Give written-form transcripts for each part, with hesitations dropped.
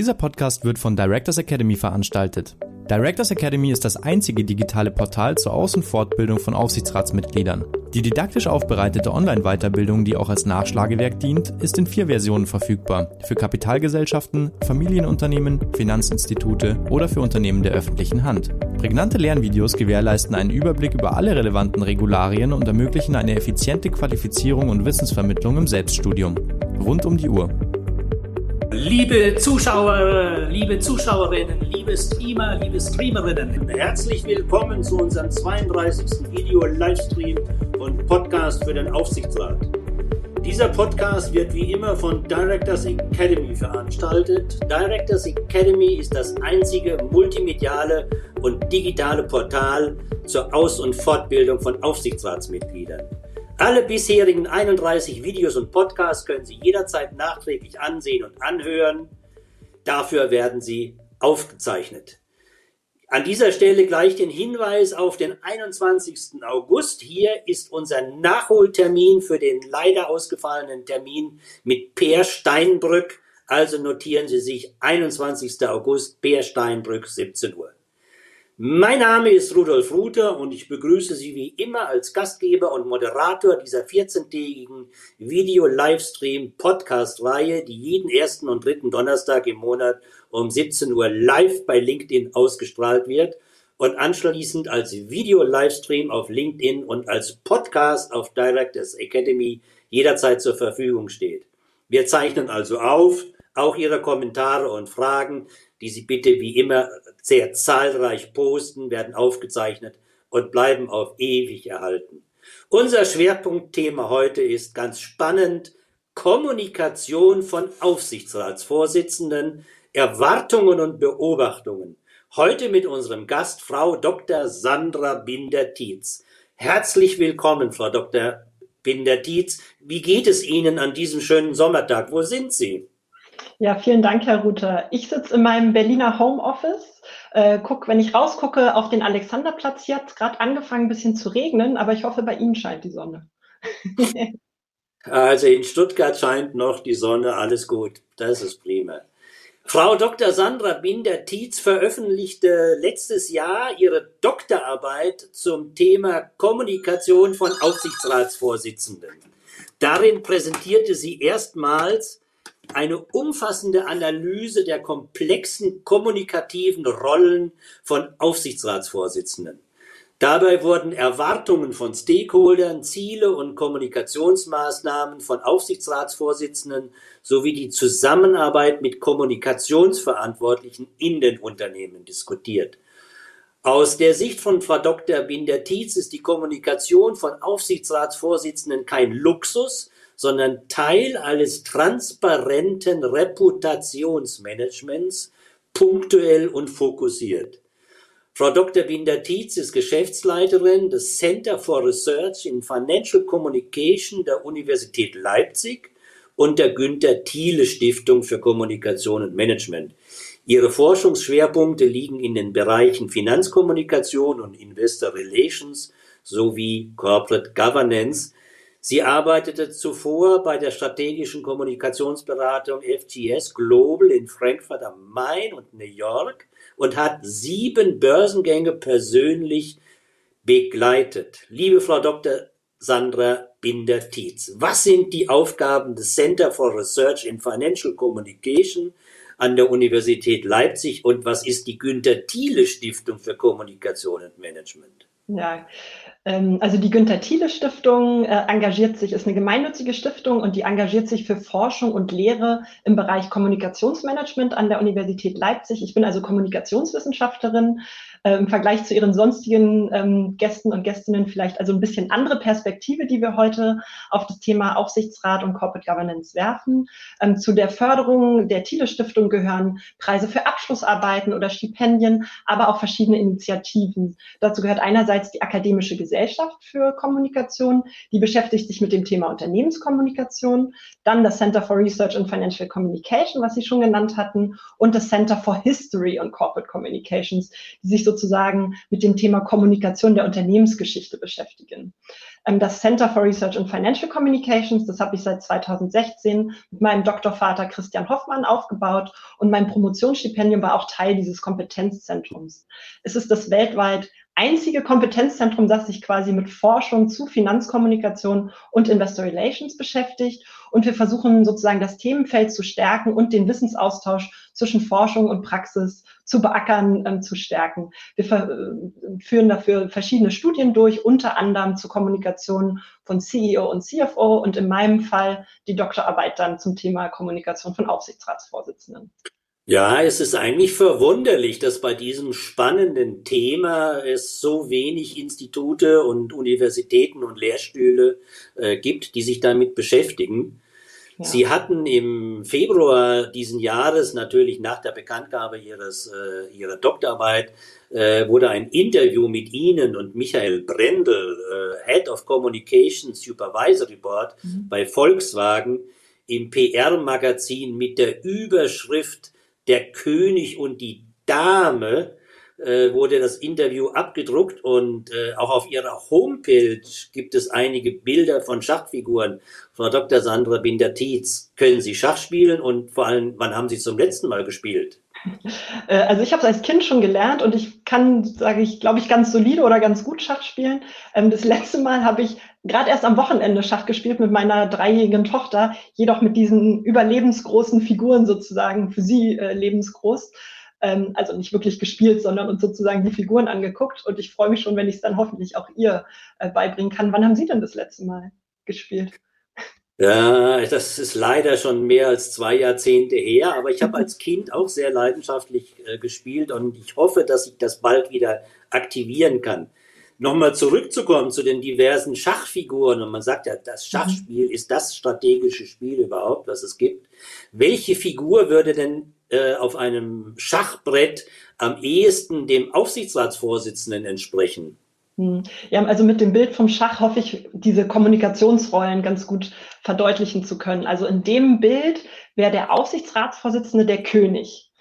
Dieser Podcast wird von Directors Academy veranstaltet. Directors Academy ist das einzige digitale Portal zur Aus- und Fortbildung von Aufsichtsratsmitgliedern. Die didaktisch aufbereitete Online-Weiterbildung, die auch als Nachschlagewerk dient, ist in 4 Versionen verfügbar. Für Kapitalgesellschaften, Familienunternehmen, Finanzinstitute oder für Unternehmen der öffentlichen Hand. Prägnante Lernvideos gewährleisten einen Überblick über alle relevanten Regularien und ermöglichen eine effiziente Qualifizierung und Wissensvermittlung im Selbststudium. Rund um die Uhr. Liebe Zuschauer, liebe Zuschauerinnen, liebe Streamer, liebe Streamerinnen, herzlich willkommen zu unserem 32. Video-Livestream und Podcast für den Aufsichtsrat. Dieser Podcast wird wie immer von Directors Academy veranstaltet. Directors Academy ist das einzige multimediale und digitale Portal zur Aus- und Fortbildung von Aufsichtsratsmitgliedern. Alle bisherigen 31 Videos und Podcasts können Sie jederzeit nachträglich ansehen und anhören. Dafür werden sie aufgezeichnet. An dieser Stelle gleich den Hinweis auf den 21. August. Hier ist unser Nachholtermin für den leider ausgefallenen Termin mit Peer Steinbrück. Also notieren Sie sich 21. August, Peer Steinbrück, 17 Uhr. Mein Name ist Rudolf Ruther und ich begrüße Sie wie immer als Gastgeber und Moderator dieser 14-tägigen Video-Livestream-Podcast-Reihe, die jeden ersten und dritten Donnerstag im Monat um 17 Uhr live bei LinkedIn ausgestrahlt wird und anschließend als Video-Livestream auf LinkedIn und als Podcast auf Directors Academy jederzeit zur Verfügung steht. Wir zeichnen also auf, auch Ihre Kommentare und Fragen, die Sie bitte wie immer sehr zahlreich posten, werden aufgezeichnet und bleiben auf ewig erhalten. Unser Schwerpunktthema heute ist ganz spannend: Kommunikation von Aufsichtsratsvorsitzenden, Erwartungen und Beobachtungen. Heute mit unserem Gast Frau Dr. Sandra Binder-Tietz. Herzlich willkommen, Frau Dr. Binder-Tietz. Wie geht es Ihnen an diesem schönen Sommertag? Wo sind Sie? Ja, vielen Dank, Herr Ruther. Ich sitze in meinem Berliner Homeoffice, wenn ich rausgucke auf den Alexanderplatz. Hier hat es gerade angefangen, ein bisschen zu regnen, aber ich hoffe, bei Ihnen scheint die Sonne. Also in Stuttgart scheint noch die Sonne, alles gut, das ist prima. Frau Dr. Sandra Binder-Tietz veröffentlichte letztes Jahr ihre Doktorarbeit zum Thema Kommunikation von Aufsichtsratsvorsitzenden. Darin präsentierte sie erstmals eine umfassende Analyse der komplexen kommunikativen Rollen von Aufsichtsratsvorsitzenden. Dabei wurden Erwartungen von Stakeholdern, Ziele und Kommunikationsmaßnahmen von Aufsichtsratsvorsitzenden sowie die Zusammenarbeit mit Kommunikationsverantwortlichen in den Unternehmen diskutiert. Aus der Sicht von Frau Dr. Binder-Tietz ist die Kommunikation von Aufsichtsratsvorsitzenden kein Luxus, sondern Teil eines transparenten Reputationsmanagements, punktuell und fokussiert. Frau Dr. Binder-Tietz ist Geschäftsleiterin des Center for Research in Financial Communication der Universität Leipzig und der Günther-Thiele-Stiftung für Kommunikation und Management. Ihre Forschungsschwerpunkte liegen in den Bereichen Finanzkommunikation und Investor Relations sowie Corporate Governance. Sie arbeitete zuvor bei der strategischen Kommunikationsberatung FGS Global in Frankfurt am Main und New York und hat 7 Börsengänge persönlich begleitet. Liebe Frau Dr. Sandra Binder-Tietz, was sind die Aufgaben des Center for Research in Financial Communication an der Universität Leipzig und was ist die Günther-Thiele-Stiftung für Kommunikation und Management? Ja, also die Günther-Thiele-Stiftung ist eine gemeinnützige Stiftung und die engagiert sich für Forschung und Lehre im Bereich Kommunikationsmanagement an der Universität Leipzig. Ich bin also Kommunikationswissenschaftlerin. Im Vergleich zu Ihren sonstigen Gästen und Gästinnen vielleicht also ein bisschen andere Perspektive, die wir heute auf das Thema Aufsichtsrat und Corporate Governance werfen. Zu der Förderung der Thiele-Stiftung gehören Preise für Abschlussarbeiten oder Stipendien, aber auch verschiedene Initiativen. Dazu gehört einerseits die Akademische Gesellschaft für Kommunikation, die beschäftigt sich mit dem Thema Unternehmenskommunikation, dann das Center for Research in Financial Communication, was Sie schon genannt hatten, und das Center for History und Corporate Communications, die sich sozusagen mit dem Thema Kommunikation der Unternehmensgeschichte beschäftigen. Das Center for Research in Financial Communications, das habe ich seit 2016 mit meinem Doktorvater Christian Hoffmann aufgebaut und mein Promotionsstipendium war auch Teil dieses Kompetenzzentrums. Es ist das weltweit einzige Kompetenzzentrum, das sich quasi mit Forschung zu Finanzkommunikation und Investor Relations beschäftigt. Und wir versuchen sozusagen das Themenfeld zu stärken und den Wissensaustausch zwischen Forschung und Praxis zu beackern, zu stärken. Wir führen dafür verschiedene Studien durch, unter anderem zur Kommunikation von CEO und CFO und in meinem Fall die Doktorarbeit dann zum Thema Kommunikation von Aufsichtsratsvorsitzenden. Ja, es ist eigentlich verwunderlich, dass bei diesem spannenden Thema es so wenig Institute und Universitäten und Lehrstühle gibt, die sich damit beschäftigen. Ja. Sie hatten im Februar diesen Jahres, natürlich nach der Bekanntgabe Ihrer Doktorarbeit, wurde ein Interview mit Ihnen und Michael Brendel, Head of Communication Supervisory Board bei Volkswagen, im PR-Magazin mit der Überschrift Der König und die Dame wurde das Interview abgedruckt und auch auf Ihrer Homepage gibt es einige Bilder von Schachfiguren. Frau Dr. Sandra Binder-Tietz, können Sie Schach spielen und vor allem, wann haben Sie zum letzten Mal gespielt? Also ich habe es als Kind schon gelernt und ich kann, sage ich, glaube ich, ganz solide oder ganz gut Schach spielen. Das letzte Mal habe ich gerade erst am Wochenende Schach gespielt mit meiner 3-jährigen Tochter, jedoch mit diesen überlebensgroßen Figuren sozusagen, für sie lebensgroß. Also nicht wirklich gespielt, sondern uns sozusagen die Figuren angeguckt und ich freue mich schon, wenn ich es dann hoffentlich auch ihr beibringen kann. Wann haben Sie denn das letzte Mal gespielt? Ja, das ist leider schon mehr als 2 Jahrzehnte her, aber ich habe als Kind auch sehr leidenschaftlich gespielt und ich hoffe, dass ich das bald wieder aktivieren kann. Nochmal zurückzukommen zu den diversen Schachfiguren und man sagt ja, das Schachspiel ist das strategische Spiel überhaupt, was es gibt. Welche Figur würde denn auf einem Schachbrett am ehesten dem Aufsichtsratsvorsitzenden entsprechen? Ja, also mit dem Bild vom Schach hoffe ich, diese Kommunikationsrollen ganz gut verdeutlichen zu können. Also in dem Bild wäre der Aufsichtsratsvorsitzende der König.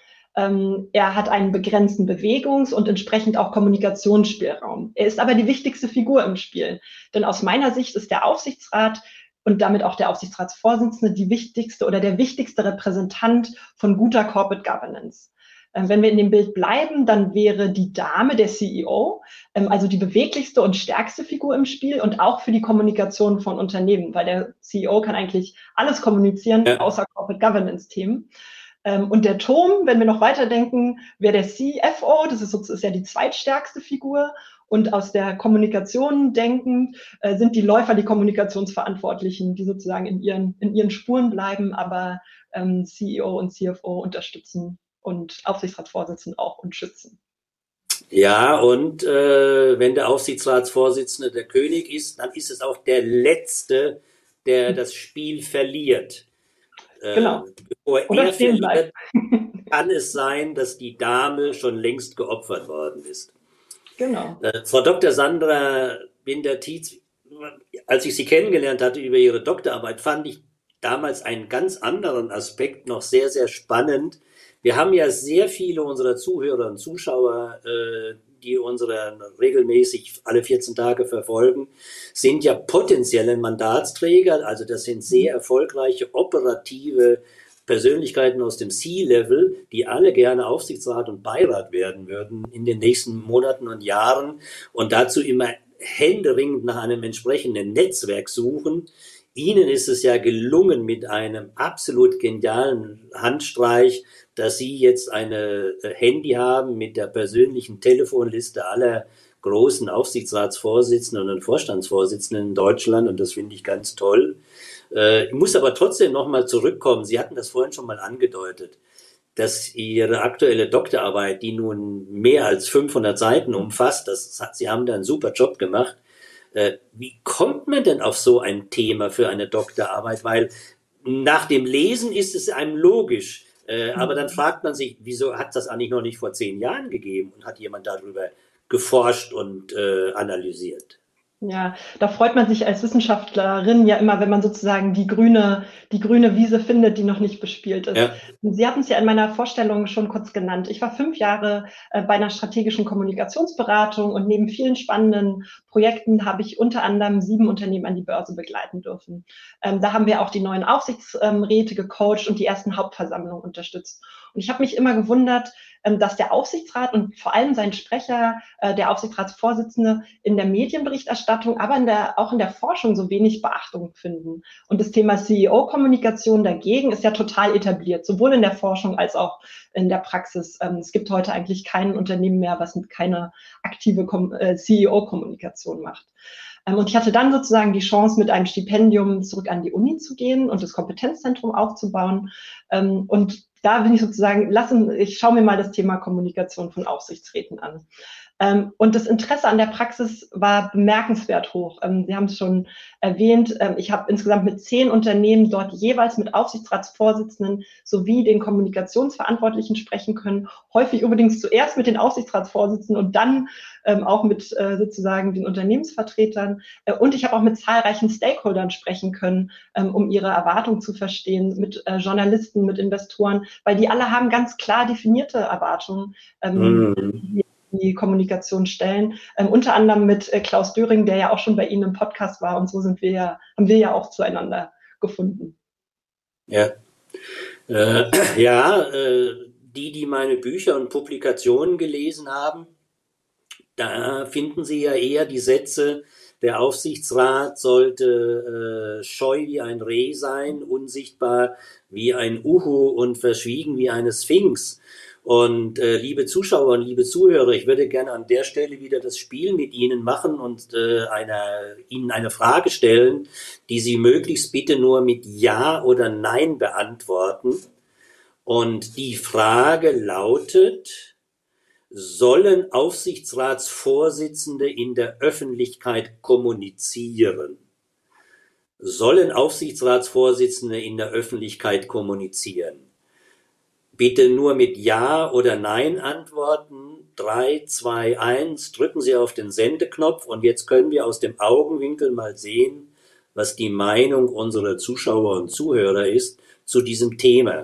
Er hat einen begrenzten Bewegungs- und entsprechend auch Kommunikationsspielraum. Er ist aber die wichtigste Figur im Spiel. Denn aus meiner Sicht ist der Aufsichtsrat und damit auch der Aufsichtsratsvorsitzende die wichtigste oder der wichtigste Repräsentant von guter Corporate Governance. Wenn wir in dem Bild bleiben, dann wäre die Dame der CEO, also die beweglichste und stärkste Figur im Spiel und auch für die Kommunikation von Unternehmen, weil der CEO kann eigentlich alles kommunizieren, außer Corporate Governance-Themen. Und der Turm, wenn wir noch weiterdenken, wäre der CFO, das ist ja die zweitstärkste Figur. Und aus der Kommunikation denkend sind die Läufer die Kommunikationsverantwortlichen, die sozusagen in ihren Spuren bleiben, aber CEO und CFO unterstützen und Aufsichtsratsvorsitzenden auch und schützen. Ja, und wenn der Aufsichtsratsvorsitzende der König ist, dann ist es auch der Letzte, der das Spiel verliert. Genau. Bevor er verliert, kann es sein, dass die Dame schon längst geopfert worden ist. Genau. Frau Dr. Sandra Binder-Tietz, als ich Sie kennengelernt hatte über Ihre Doktorarbeit, fand ich damals einen ganz anderen Aspekt noch sehr, sehr spannend. Wir haben ja sehr viele unserer Zuhörer und Zuschauer, die unsere regelmäßig alle 14 Tage verfolgen, sind ja potenzielle Mandatsträger. Also das sind sehr erfolgreiche operative Persönlichkeiten aus dem C-Level, die alle gerne Aufsichtsrat und Beirat werden würden in den nächsten Monaten und Jahren und dazu immer händeringend nach einem entsprechenden Netzwerk suchen. Ihnen ist es ja gelungen mit einem absolut genialen Handstreich, dass Sie jetzt eine Handy haben mit der persönlichen Telefonliste aller großen Aufsichtsratsvorsitzenden und Vorstandsvorsitzenden in Deutschland und das finde ich ganz toll. Ich muss aber trotzdem nochmal zurückkommen. Sie hatten das vorhin schon mal angedeutet, dass Ihre aktuelle Doktorarbeit, die nun mehr als 500 Seiten umfasst, Sie haben da einen super Job gemacht. Wie kommt man denn auf so ein Thema für eine Doktorarbeit? Weil nach dem Lesen ist es einem logisch. Aber dann fragt man sich, wieso hat das eigentlich noch nicht vor 10 Jahren gegeben und hat jemand darüber geforscht und analysiert? Ja, da freut man sich als Wissenschaftlerin ja immer, wenn man sozusagen die grüne Wiese findet, die noch nicht bespielt ist. Ja. Sie hatten es ja in meiner Vorstellung schon kurz genannt. Ich war 5 Jahre bei einer strategischen Kommunikationsberatung und neben vielen spannenden Projekten habe ich unter anderem 7 Unternehmen an die Börse begleiten dürfen. Da haben wir auch die neuen Aufsichtsräte gecoacht und die ersten Hauptversammlungen unterstützt. Und ich habe mich immer gewundert, dass der Aufsichtsrat und vor allem sein Sprecher, der Aufsichtsratsvorsitzende, in der Medienberichterstattung, aber auch in der Forschung so wenig Beachtung finden. Und das Thema CEO-Kommunikation dagegen ist ja total etabliert, sowohl in der Forschung als auch in der Praxis. Es gibt heute eigentlich kein Unternehmen mehr, was keine aktive CEO-Kommunikation macht. Und ich hatte dann sozusagen die Chance, mit einem Stipendium zurück an die Uni zu gehen und das Kompetenzzentrum aufzubauen. Und da bin ich sozusagen, ich schaue mir mal das Thema Kommunikation von Aufsichtsräten an. Und das Interesse an der Praxis war bemerkenswert hoch. Sie haben es schon erwähnt, ich habe insgesamt mit 10 Unternehmen dort jeweils mit Aufsichtsratsvorsitzenden sowie den Kommunikationsverantwortlichen sprechen können. Häufig übrigens zuerst mit den Aufsichtsratsvorsitzenden und dann auch mit sozusagen den Unternehmensvertretern. Und ich habe auch mit zahlreichen Stakeholdern sprechen können, um ihre Erwartungen zu verstehen, mit Journalisten, mit Investoren, weil die alle haben ganz klar definierte Erwartungen, die Kommunikation stellen. Unter anderem mit Klaus Döring, der ja auch schon bei Ihnen im Podcast war. Und so haben wir ja auch zueinander gefunden. Ja, die meine Bücher und Publikationen gelesen haben, da finden Sie ja eher die Sätze, der Aufsichtsrat sollte scheu wie ein Reh sein, unsichtbar wie ein Uhu und verschwiegen wie eine Sphinx. Und liebe Zuschauer und liebe Zuhörer, ich würde gerne an der Stelle wieder das Spiel mit Ihnen machen und Ihnen eine Frage stellen, die Sie möglichst bitte nur mit Ja oder Nein beantworten. Und die Frage lautet: Sollen Aufsichtsratsvorsitzende in der Öffentlichkeit kommunizieren? Sollen Aufsichtsratsvorsitzende in der Öffentlichkeit kommunizieren? Bitte nur mit Ja oder Nein antworten. 3, 2, 1, drücken Sie auf den Sendeknopf und jetzt können wir aus dem Augenwinkel mal sehen, was die Meinung unserer Zuschauer und Zuhörer ist zu diesem Thema.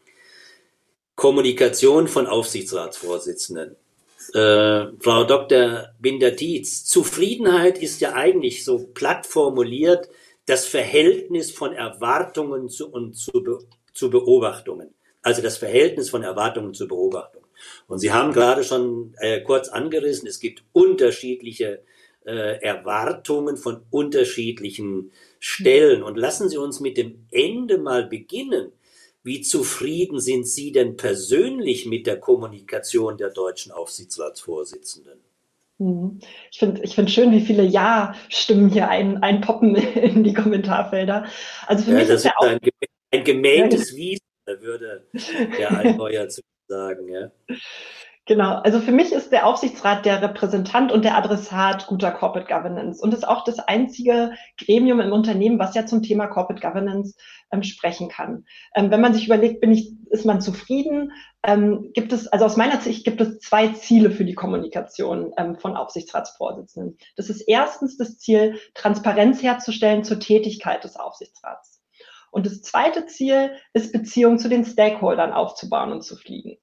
Kommunikation von Aufsichtsratsvorsitzenden. Frau Dr. Binder-Tietz, Zufriedenheit ist ja eigentlich so platt formuliert das Verhältnis von Erwartungen zu Beobachtungen. Also das Verhältnis von Erwartungen zu Beobachtungen. Und Sie haben gerade schon kurz angerissen, es gibt unterschiedliche Erwartungen von unterschiedlichen Stellen. Und lassen Sie uns mit dem Ende mal beginnen. Wie zufrieden sind Sie denn persönlich mit der Kommunikation der deutschen Aufsichtsratsvorsitzenden? Ich finde schön, wie viele Ja-Stimmen hier einpoppen in die Kommentarfelder. Also für mich das ist ja auch ein gemähtes Wiesen, würde der Allgäuer zu sagen. Ja. Genau, also für mich ist der Aufsichtsrat der Repräsentant und der Adressat guter Corporate Governance und ist auch das einzige Gremium im Unternehmen, was ja zum Thema Corporate Governance sprechen kann. Wenn man sich überlegt, ist man zufrieden, also aus meiner Sicht gibt es 2 Ziele für die Kommunikation von Aufsichtsratsvorsitzenden. Das ist erstens das Ziel, Transparenz herzustellen zur Tätigkeit des Aufsichtsrats. Und das zweite Ziel ist, Beziehungen zu den Stakeholdern aufzubauen und zu pflegen.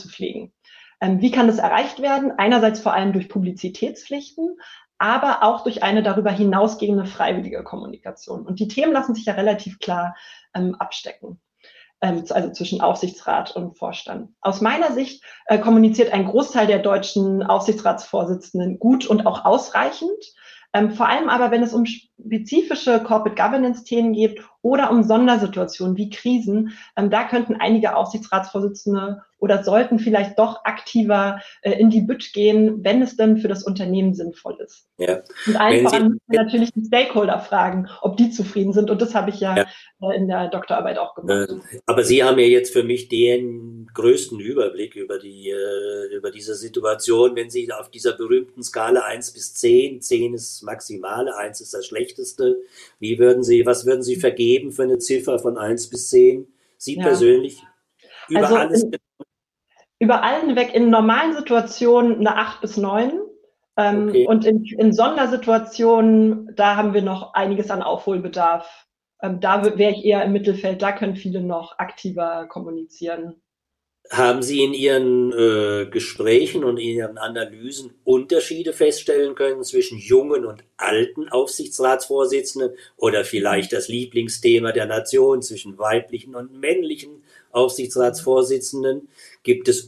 Wie kann das erreicht werden? Einerseits vor allem durch Publizitätspflichten, aber auch durch eine darüber hinausgehende freiwillige Kommunikation. Und die Themen lassen sich ja relativ klar abstecken, also zwischen Aufsichtsrat und Vorstand. Aus meiner Sicht kommuniziert ein Großteil der deutschen Aufsichtsratsvorsitzenden gut und auch ausreichend. Vor allem aber, wenn es um spezifische Corporate Governance-Themen geht oder um Sondersituationen wie Krisen, da könnten einige Aufsichtsratsvorsitzende oder sollten vielleicht doch aktiver in die Bütt gehen, wenn es denn für das Unternehmen sinnvoll ist. Ja. Und allen voran müssen wir natürlich die Stakeholder fragen, ob die zufrieden sind. Und das habe ich ja in der Doktorarbeit auch gemacht. Aber Sie haben ja jetzt für mich den größten Überblick über diese Situation, wenn Sie auf dieser berühmten Skala 1 bis 10, 10 ist das Maximale, 1 ist das Schlechteste. Was würden Sie vergeben für eine Ziffer von 1 bis 10? Sie persönlich? Über allen weg in normalen Situationen eine 8 bis 9. Okay. Und in Sondersituationen, da haben wir noch einiges an Aufholbedarf. Da wäre ich eher im Mittelfeld, da können viele noch aktiver kommunizieren. Haben Sie in Ihren Gesprächen und in Ihren Analysen Unterschiede feststellen können zwischen jungen und alten Aufsichtsratsvorsitzenden oder vielleicht das Lieblingsthema der Nation zwischen weiblichen und männlichen Aufsichtsratsvorsitzenden? Gibt es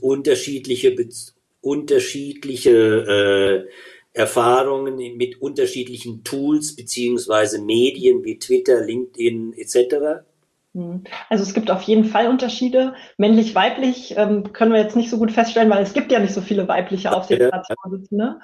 unterschiedliche Erfahrungen mit unterschiedlichen Tools beziehungsweise Medien wie Twitter, LinkedIn etc.? Also es gibt auf jeden Fall Unterschiede. Männlich-weiblich können wir jetzt nicht so gut feststellen, weil es gibt ja nicht so viele weibliche Aufsichtsratsvorsitzende.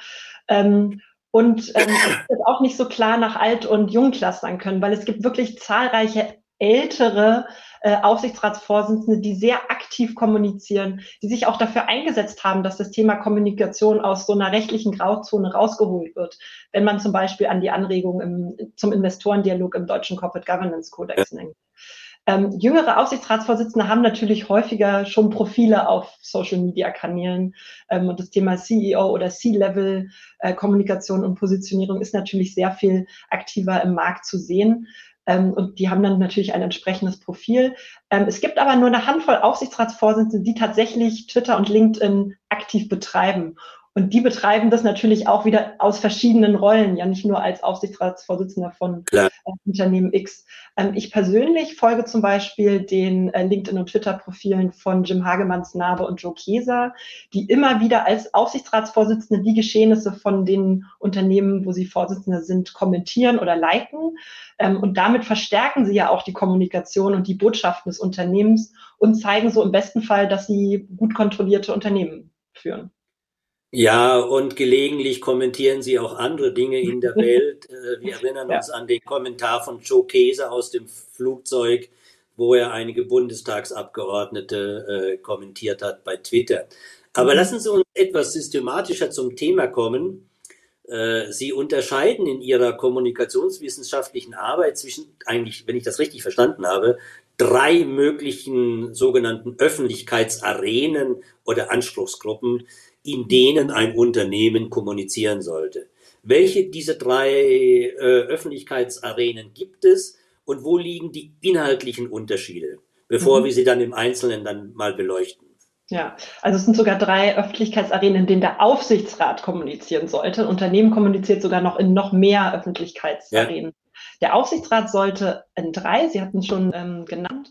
Und es wird auch nicht so klar nach Alt- und Jung clustern können, weil es gibt wirklich zahlreiche ältere Aufsichtsratsvorsitzende, die sehr aktiv kommunizieren, die sich auch dafür eingesetzt haben, dass das Thema Kommunikation aus so einer rechtlichen Grauzone rausgeholt wird. Wenn man zum Beispiel an die Anregung zum Investorendialog im deutschen Corporate Governance Kodex denkt. Jüngere Aufsichtsratsvorsitzende haben natürlich häufiger schon Profile auf Social-Media-Kanälen und das Thema CEO oder C-Level-Kommunikation und Positionierung ist natürlich sehr viel aktiver im Markt zu sehen. Und die haben dann natürlich ein entsprechendes Profil. Es gibt aber nur eine Handvoll Aufsichtsratsvorsitzende, die tatsächlich Twitter und LinkedIn aktiv betreiben. Und die betreiben das natürlich auch wieder aus verschiedenen Rollen, ja nicht nur als Aufsichtsratsvorsitzender von Unternehmen X. Ich persönlich folge zum Beispiel den LinkedIn- und Twitter-Profilen von Jim Hagemanns-Nabe und Joe Keser, die immer wieder als Aufsichtsratsvorsitzende die Geschehnisse von den Unternehmen, wo sie Vorsitzende sind, kommentieren oder liken. Und damit verstärken sie ja auch die Kommunikation und die Botschaften des Unternehmens und zeigen so im besten Fall, dass sie gut kontrollierte Unternehmen führen. Ja, und gelegentlich kommentieren Sie auch andere Dinge in der Welt. Wir erinnern uns an den Kommentar von Joe Keser aus dem Flugzeug, wo er einige Bundestagsabgeordnete kommentiert hat bei Twitter. Aber lassen Sie uns etwas systematischer zum Thema kommen. Sie unterscheiden in Ihrer kommunikationswissenschaftlichen Arbeit zwischen, eigentlich, wenn ich das richtig verstanden habe, 3 möglichen sogenannten Öffentlichkeitsarenen oder Anspruchsgruppen, in denen ein Unternehmen kommunizieren sollte. Welche dieser 3 Öffentlichkeitsarenen gibt es und wo liegen die inhaltlichen Unterschiede, bevor wir sie dann im Einzelnen dann mal beleuchten? Ja, also es sind sogar 3 Öffentlichkeitsarenen, in denen der Aufsichtsrat kommunizieren sollte. Ein Unternehmen kommuniziert sogar noch in noch mehr Öffentlichkeitsarenen. Ja. Der Aufsichtsrat sollte in 3, Sie hatten es schon genannt,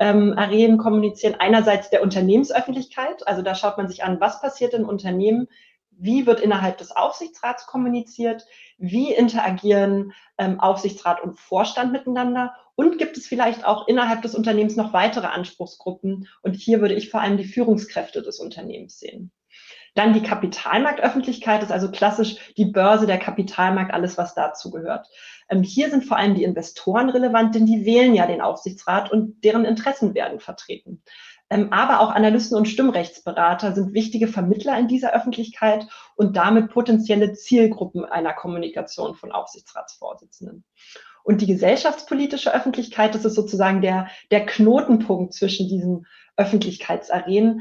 Arenen kommunizieren. Einerseits der Unternehmensöffentlichkeit, also da schaut man sich an, was passiert im Unternehmen, wie wird innerhalb des Aufsichtsrats kommuniziert, wie interagieren Aufsichtsrat und Vorstand miteinander und gibt es vielleicht auch innerhalb des Unternehmens noch weitere Anspruchsgruppen und hier würde ich vor allem die Führungskräfte des Unternehmens sehen. Dann die Kapitalmarktöffentlichkeit ist also klassisch die Börse, der Kapitalmarkt, alles, was dazu gehört. Hier sind vor allem die Investoren relevant, denn die wählen ja den Aufsichtsrat und deren Interessen werden vertreten. Aber auch Analysten und Stimmrechtsberater sind wichtige Vermittler in dieser Öffentlichkeit und damit potenzielle Zielgruppen einer Kommunikation von Aufsichtsratsvorsitzenden. Und die gesellschaftspolitische Öffentlichkeit, das ist sozusagen der Knotenpunkt zwischen diesen Öffentlichkeitsarenen.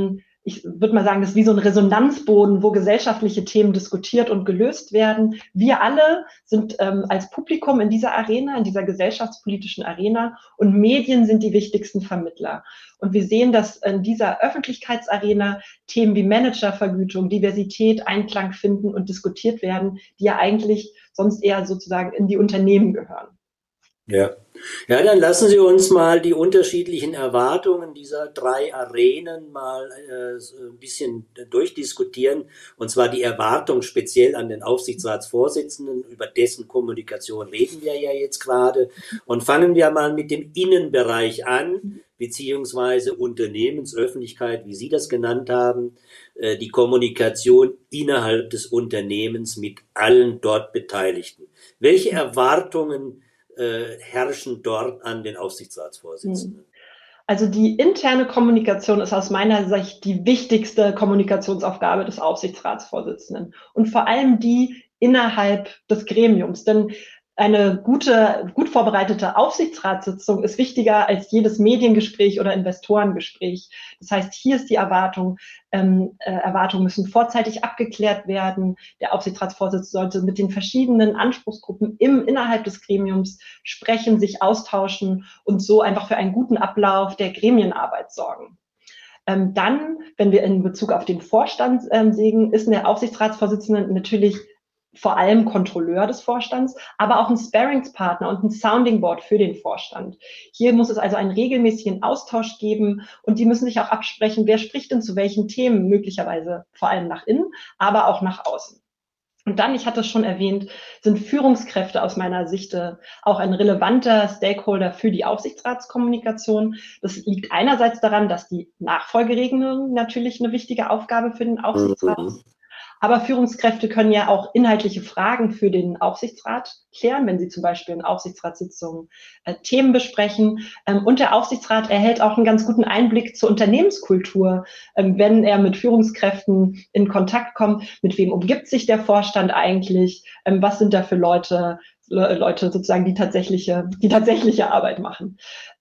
Ich würde mal sagen, das ist wie so ein Resonanzboden, wo gesellschaftliche Themen diskutiert und gelöst werden. Wir alle sind als Publikum in dieser Arena, in dieser gesellschaftspolitischen Arena und Medien sind die wichtigsten Vermittler. Und wir sehen, dass in dieser Öffentlichkeitsarena Themen wie Managervergütung, Diversität, Einklang finden und diskutiert werden, die ja eigentlich sonst eher sozusagen in die Unternehmen gehören. Ja. Ja, dann lassen Sie uns mal die unterschiedlichen Erwartungen dieser 3 Arenen mal ein bisschen durchdiskutieren. Und zwar die Erwartung speziell an den Aufsichtsratsvorsitzenden, über dessen Kommunikation reden wir ja jetzt gerade. Und fangen wir mal mit dem Innenbereich an, beziehungsweise Unternehmensöffentlichkeit, wie Sie das genannt haben, die Kommunikation innerhalb des Unternehmens mit allen dort Beteiligten. Welche Erwartungen herrschen dort an den Aufsichtsratsvorsitzenden? Also die interne Kommunikation ist aus meiner Sicht die wichtigste Kommunikationsaufgabe des Aufsichtsratsvorsitzenden und vor allem die innerhalb des Gremiums. Denn eine gut vorbereitete Aufsichtsratssitzung ist wichtiger als jedes Mediengespräch oder Investorengespräch. Das heißt, hier ist die Erwartung, Erwartungen müssen vorzeitig abgeklärt werden. Der Aufsichtsratsvorsitzende sollte mit den verschiedenen Anspruchsgruppen innerhalb des Gremiums sprechen, sich austauschen und so einfach für einen guten Ablauf der Gremienarbeit sorgen. Dann, wenn wir in Bezug auf den Vorstand sehen, ist der Aufsichtsratsvorsitzende natürlich vor allem Kontrolleur des Vorstands, aber auch ein Sparringspartner und ein Sounding Board für den Vorstand. Hier muss es also einen regelmäßigen Austausch geben und die müssen sich auch absprechen, wer spricht denn zu welchen Themen, möglicherweise vor allem nach innen, aber auch nach außen. Und dann, ich hatte es schon erwähnt, sind Führungskräfte aus meiner Sicht auch ein relevanter Stakeholder für die Aufsichtsratskommunikation. Das liegt einerseits daran, dass die Nachfolgeregelung natürlich eine wichtige Aufgabe für den Aufsichtsrat ist. Aber Führungskräfte können ja auch inhaltliche Fragen für den Aufsichtsrat klären, wenn sie zum Beispiel in Aufsichtsratssitzungen Themen besprechen. Und der Aufsichtsrat erhält auch einen ganz guten Einblick zur Unternehmenskultur, wenn er mit Führungskräften in Kontakt kommt. Mit wem umgibt sich der Vorstand eigentlich? Was sind da für Leute sozusagen, die tatsächliche Arbeit machen.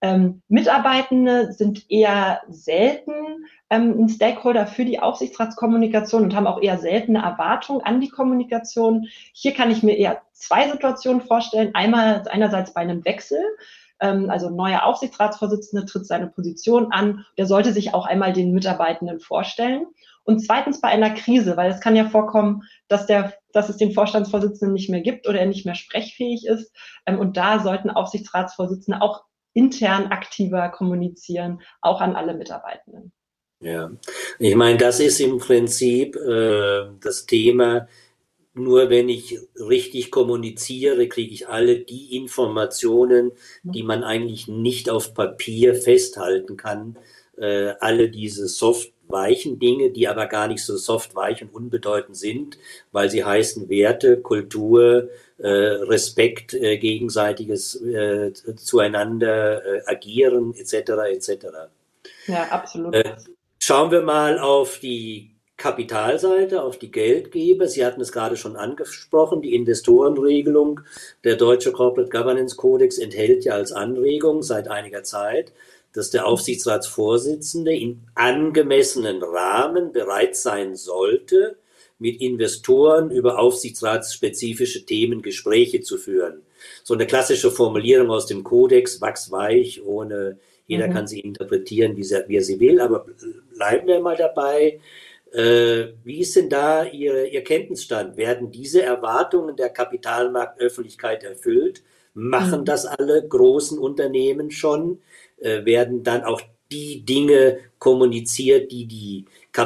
Mitarbeitende sind eher selten ein Stakeholder für die Aufsichtsratskommunikation und haben auch eher seltene Erwartungen an die Kommunikation. Hier kann ich mir eher zwei Situationen vorstellen. Einerseits bei einem Wechsel, also ein neuer Aufsichtsratsvorsitzende tritt seine Position an, der sollte sich auch einmal den Mitarbeitenden vorstellen. Und zweitens bei einer Krise, weil es kann ja vorkommen, dass es den Vorstandsvorsitzenden nicht mehr gibt oder er nicht mehr sprechfähig ist. Und da sollten Aufsichtsratsvorsitzende auch intern aktiver kommunizieren, auch an alle Mitarbeitenden. Ja, ich meine, das ist im Prinzip das Thema, nur wenn ich richtig kommuniziere, kriege ich alle die Informationen, die man eigentlich nicht auf Papier festhalten kann. Alle diese soft-weichen Dinge, die aber gar nicht so soft-weich und unbedeutend sind, weil sie heißen Werte, Kultur, Respekt, gegenseitiges zueinander agieren etc. etc. Ja, absolut. Schauen wir mal auf die Kapitalseite, auf die Geldgeber. Sie hatten es gerade schon angesprochen, die Investorenregelung. Der Deutsche Corporate Governance Kodex enthält ja als Anregung seit einiger Zeit, dass der Aufsichtsratsvorsitzende in angemessenen Rahmen bereit sein sollte, mit Investoren über aufsichtsratsspezifische Themen Gespräche zu führen. So eine klassische Formulierung aus dem Kodex, wachsweich, ohne jeder kann sie interpretieren, wie er sie will, aber bleiben wir mal dabei. Wie ist denn da Ihr Kenntnisstand? Werden diese Erwartungen der Kapitalmarktöffentlichkeit erfüllt? Machen das alle großen Unternehmen schon? Werden dann auch die Dinge kommuniziert, die die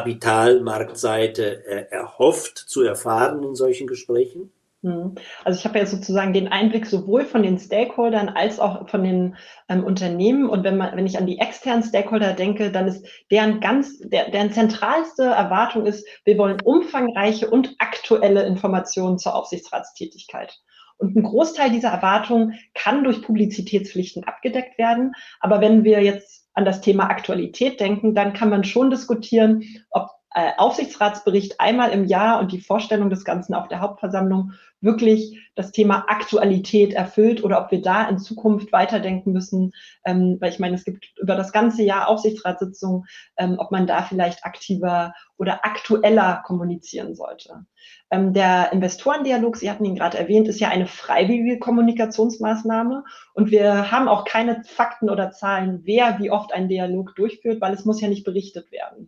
Kapitalmarktseite erhofft zu erfahren in solchen Gesprächen? Also ich habe ja sozusagen den Einblick sowohl von den Stakeholdern als auch von den Unternehmen. Und wenn ich an die externen Stakeholder denke, dann ist deren zentralste Erwartung ist, wir wollen umfangreiche und aktuelle Informationen zur Aufsichtsratstätigkeit. Und ein Großteil dieser Erwartungen kann durch Publizitätspflichten abgedeckt werden. Aber wenn wir jetzt an das Thema Aktualität denken, dann kann man schon diskutieren, ob Aufsichtsratsbericht einmal im Jahr und die Vorstellung des Ganzen auf der Hauptversammlung wirklich das Thema Aktualität erfüllt oder ob wir da in Zukunft weiterdenken müssen, weil ich meine, es gibt über das ganze Jahr Aufsichtsratssitzungen, ob man da vielleicht aktiver oder aktueller kommunizieren sollte. Der Investorendialog, Sie hatten ihn gerade erwähnt, ist ja eine freiwillige Kommunikationsmaßnahme und wir haben auch keine Fakten oder Zahlen, wer wie oft einen Dialog durchführt, weil es muss ja nicht berichtet werden.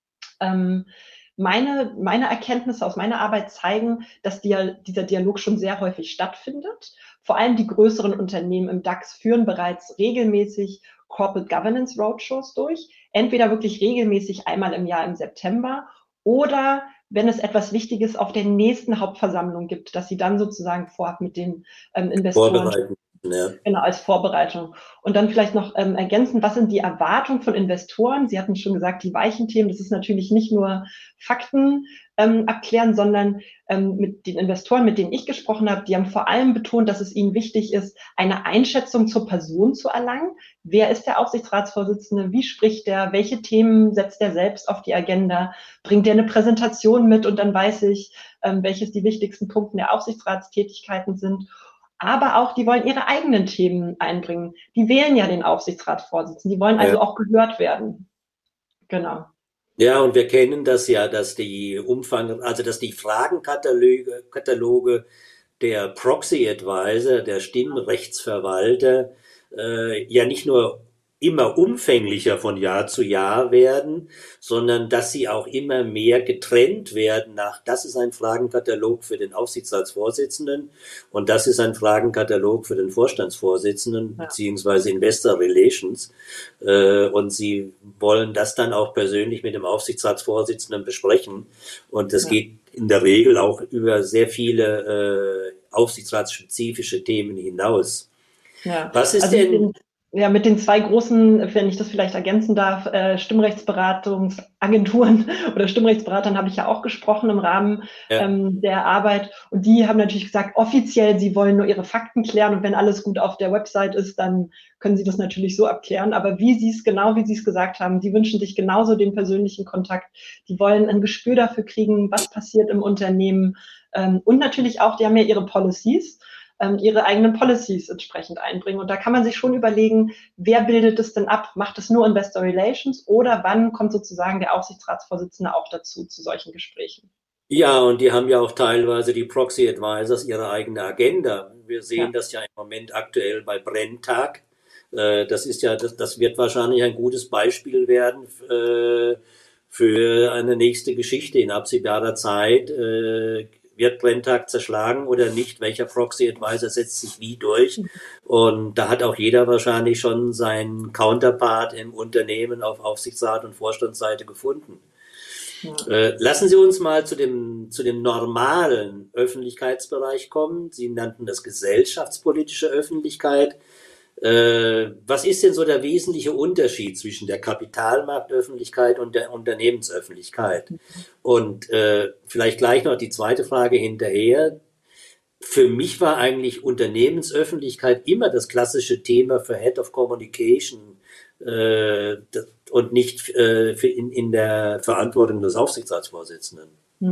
Meine Erkenntnisse aus meiner Arbeit zeigen, dass dieser Dialog schon sehr häufig stattfindet. Vor allem die größeren Unternehmen im DAX führen bereits regelmäßig Corporate Governance Roadshows durch. Entweder wirklich regelmäßig einmal im Jahr im September oder wenn es etwas Wichtiges auf der nächsten Hauptversammlung gibt, dass sie dann sozusagen vorab mit den Investoren genau, als Vorbereitung. Und dann vielleicht noch ergänzen, was sind die Erwartungen von Investoren? Sie hatten schon gesagt, die weichen Themen, das ist natürlich nicht nur Fakten abklären, sondern mit den Investoren, mit denen ich gesprochen habe, die haben vor allem betont, dass es ihnen wichtig ist, eine Einschätzung zur Person zu erlangen. Wer ist der Aufsichtsratsvorsitzende? Wie spricht er? Welche Themen setzt er selbst auf die Agenda? Bringt er eine Präsentation mit und dann weiß ich, welches die wichtigsten Punkte der Aufsichtsratstätigkeiten sind? aber auch, die wollen ihre eigenen Themen einbringen. Die wählen ja den Aufsichtsratsvorsitzenden, die wollen also auch gehört werden. Genau. Ja, und wir kennen das ja, dass dass die Fragenkataloge der Proxy Advisor, der Stimmrechtsverwalter, ja nicht nur immer umfänglicher von Jahr zu Jahr werden, sondern dass sie auch immer mehr getrennt werden das ist ein Fragenkatalog für den Aufsichtsratsvorsitzenden und das ist ein Fragenkatalog für den Vorstandsvorsitzenden beziehungsweise Investor Relations. Und sie wollen das dann auch persönlich mit dem Aufsichtsratsvorsitzenden besprechen. Und das geht in der Regel auch über sehr viele aufsichtsratsspezifische Themen hinaus. Ja. Was ist denn... Mit den zwei großen, wenn ich das vielleicht ergänzen darf, Stimmrechtsberatungsagenturen oder Stimmrechtsberatern habe ich ja auch gesprochen im Rahmen der Arbeit. Und die haben natürlich gesagt, offiziell, sie wollen nur ihre Fakten klären. Und wenn alles gut auf der Website ist, dann können sie das natürlich so abklären. Aber wie sie es gesagt haben, die wünschen sich genauso den persönlichen Kontakt. Die wollen ein Gespür dafür kriegen, was passiert im Unternehmen. Und natürlich auch, die haben ja ihre Policies, ihre eigenen Policies entsprechend einbringen. Und da kann man sich schon überlegen, wer bildet es denn ab? Macht es nur Investor Relations oder wann kommt sozusagen der Aufsichtsratsvorsitzende auch dazu, zu solchen Gesprächen? Ja, und die haben ja auch teilweise die Proxy Advisors ihre eigene Agenda. Wir sehen das ja im Moment aktuell bei Brenntag. Das wird wahrscheinlich ein gutes Beispiel werden für eine nächste Geschichte in absehbarer Zeit. Wird Brenntag zerschlagen oder nicht? Welcher Proxy Advisor setzt sich wie durch? Und da hat auch jeder wahrscheinlich schon seinen Counterpart im Unternehmen auf Aufsichtsrat und Vorstandsseite gefunden. Ja. Lassen Sie uns mal zu dem normalen Öffentlichkeitsbereich kommen. Sie nannten das gesellschaftspolitische Öffentlichkeit. Was ist denn so der wesentliche Unterschied zwischen der Kapitalmarktöffentlichkeit und der Unternehmensöffentlichkeit? Und vielleicht gleich noch die zweite Frage hinterher. Für mich war eigentlich Unternehmensöffentlichkeit immer das klassische Thema für Head of Communication und nicht in der Verantwortung des Aufsichtsratsvorsitzenden.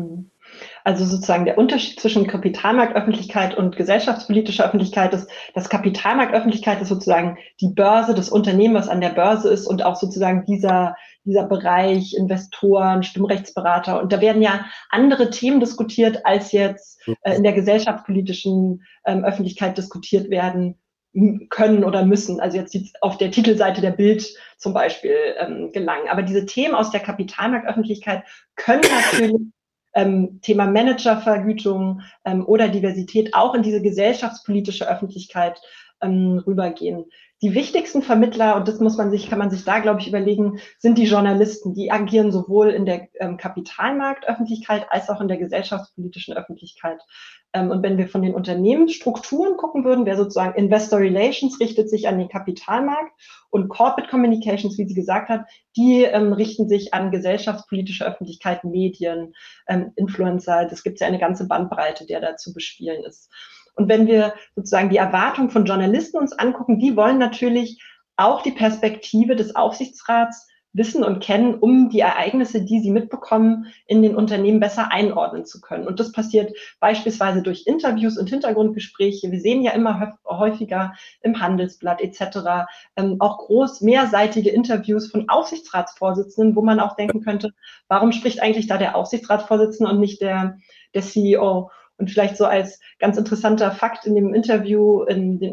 Also sozusagen der Unterschied zwischen Kapitalmarktöffentlichkeit und gesellschaftspolitischer Öffentlichkeit ist, dass Kapitalmarktöffentlichkeit ist sozusagen die Börse, das Unternehmen, was an der Börse ist und auch sozusagen dieser Bereich Investoren, Stimmrechtsberater. Und da werden ja andere Themen diskutiert, als jetzt in der gesellschaftspolitischen Öffentlichkeit diskutiert werden können oder müssen, also jetzt auf der Titelseite der Bild zum Beispiel gelangen. Aber diese Themen aus der Kapitalmarktöffentlichkeit können natürlich Thema Managervergütung oder Diversität auch in diese gesellschaftspolitische Öffentlichkeit rübergehen. Die wichtigsten Vermittler, und das kann man sich da, glaube ich, überlegen, sind die Journalisten. Die agieren sowohl in der Kapitalmarktöffentlichkeit als auch in der gesellschaftspolitischen Öffentlichkeit. Und wenn wir von den Unternehmensstrukturen gucken würden, wäre sozusagen Investor Relations richtet sich an den Kapitalmarkt und Corporate Communications, wie sie gesagt hat, die richten sich an gesellschaftspolitische Öffentlichkeit, Medien, Influencer. Das gibt ja eine ganze Bandbreite, der da zu bespielen ist. Und wenn wir sozusagen die Erwartung von Journalisten uns angucken, die wollen natürlich auch die Perspektive des Aufsichtsrats wissen und kennen, um die Ereignisse, die sie mitbekommen, in den Unternehmen besser einordnen zu können. Und das passiert beispielsweise durch Interviews und Hintergrundgespräche. Wir sehen ja immer häufiger im Handelsblatt etc. Auch mehrseitige Interviews von Aufsichtsratsvorsitzenden, wo man auch denken könnte, warum spricht eigentlich da der Aufsichtsratsvorsitzende und nicht der CEO? Und vielleicht so als ganz interessanter Fakt in den Interviews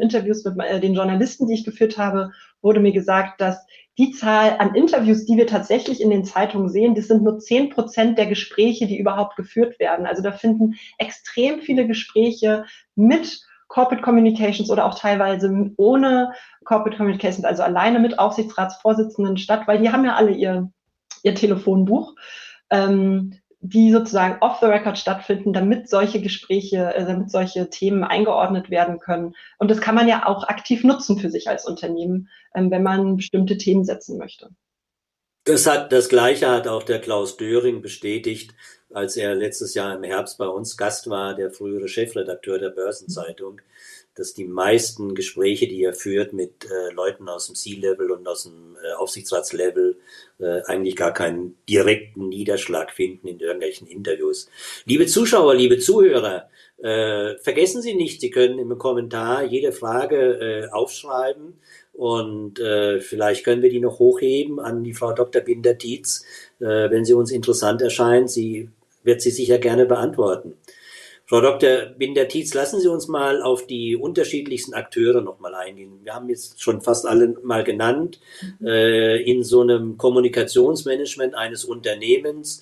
mit den Journalisten, die ich geführt habe, wurde mir gesagt, dass die Zahl an Interviews, die wir tatsächlich in den Zeitungen sehen, das sind nur 10% der Gespräche, die überhaupt geführt werden. Also da finden extrem viele Gespräche mit Corporate Communications oder auch teilweise ohne Corporate Communications, also alleine mit Aufsichtsratsvorsitzenden statt, weil die haben ja alle ihr Telefonbuch. Die sozusagen off the record stattfinden, damit solche Gespräche, damit solche Themen eingeordnet werden können. Und das kann man ja auch aktiv nutzen für sich als Unternehmen, wenn man bestimmte Themen setzen möchte. Das Gleiche hat auch der Klaus Döring bestätigt, als er letztes Jahr im Herbst bei uns Gast war, der frühere Chefredakteur der Börsenzeitung, dass die meisten Gespräche, die er führt mit Leuten aus dem C-Level und aus dem Aufsichtsratslevel, eigentlich gar keinen direkten Niederschlag finden in irgendwelchen Interviews. Liebe Zuschauer, liebe Zuhörer, vergessen Sie nicht, Sie können im Kommentar jede Frage aufschreiben und vielleicht können wir die noch hochheben an die Frau Dr. Binder-Tietz, wenn sie uns interessant erscheint. Sie wird sie sicher gerne beantworten. Frau Dr. Binder-Tietz, lassen Sie uns mal auf die unterschiedlichsten Akteure nochmal eingehen. Wir haben jetzt schon fast alle mal genannt. In so einem Kommunikationsmanagement eines Unternehmens.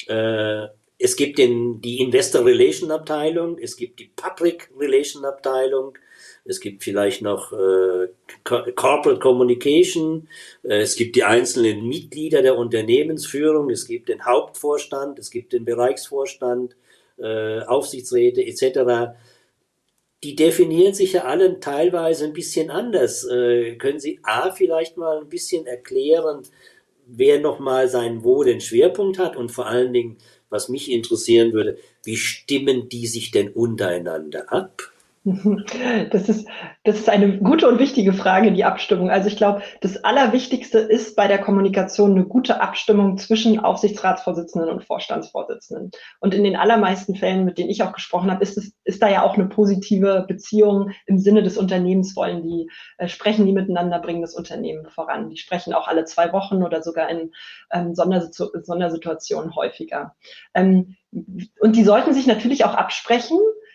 Es gibt die Investor Relation Abteilung, es gibt die Public Relation Abteilung, es gibt vielleicht noch Corporate Communication, es gibt die einzelnen Mitglieder der Unternehmensführung, es gibt den Hauptvorstand, es gibt den Bereichsvorstand, Aufsichtsräte etc. Die definieren sich ja alle teilweise ein bisschen anders. Können Sie vielleicht mal ein bisschen erklären, wer nochmal den Schwerpunkt hat und vor allen Dingen, was mich interessieren würde, wie stimmen die sich denn untereinander ab? Das ist eine gute und wichtige Frage, die Abstimmung. Also ich glaube, das Allerwichtigste ist bei der Kommunikation eine gute Abstimmung zwischen Aufsichtsratsvorsitzenden und Vorstandsvorsitzenden. Und in den allermeisten Fällen, mit denen ich auch gesprochen habe, ist da ja auch eine positive Beziehung im Sinne des Unternehmens. Sprechen die miteinander, bringen das Unternehmen voran. Die sprechen auch alle 2 Wochen oder sogar in Sondersituationen häufiger. Und die sollten sich natürlich auch absprechen,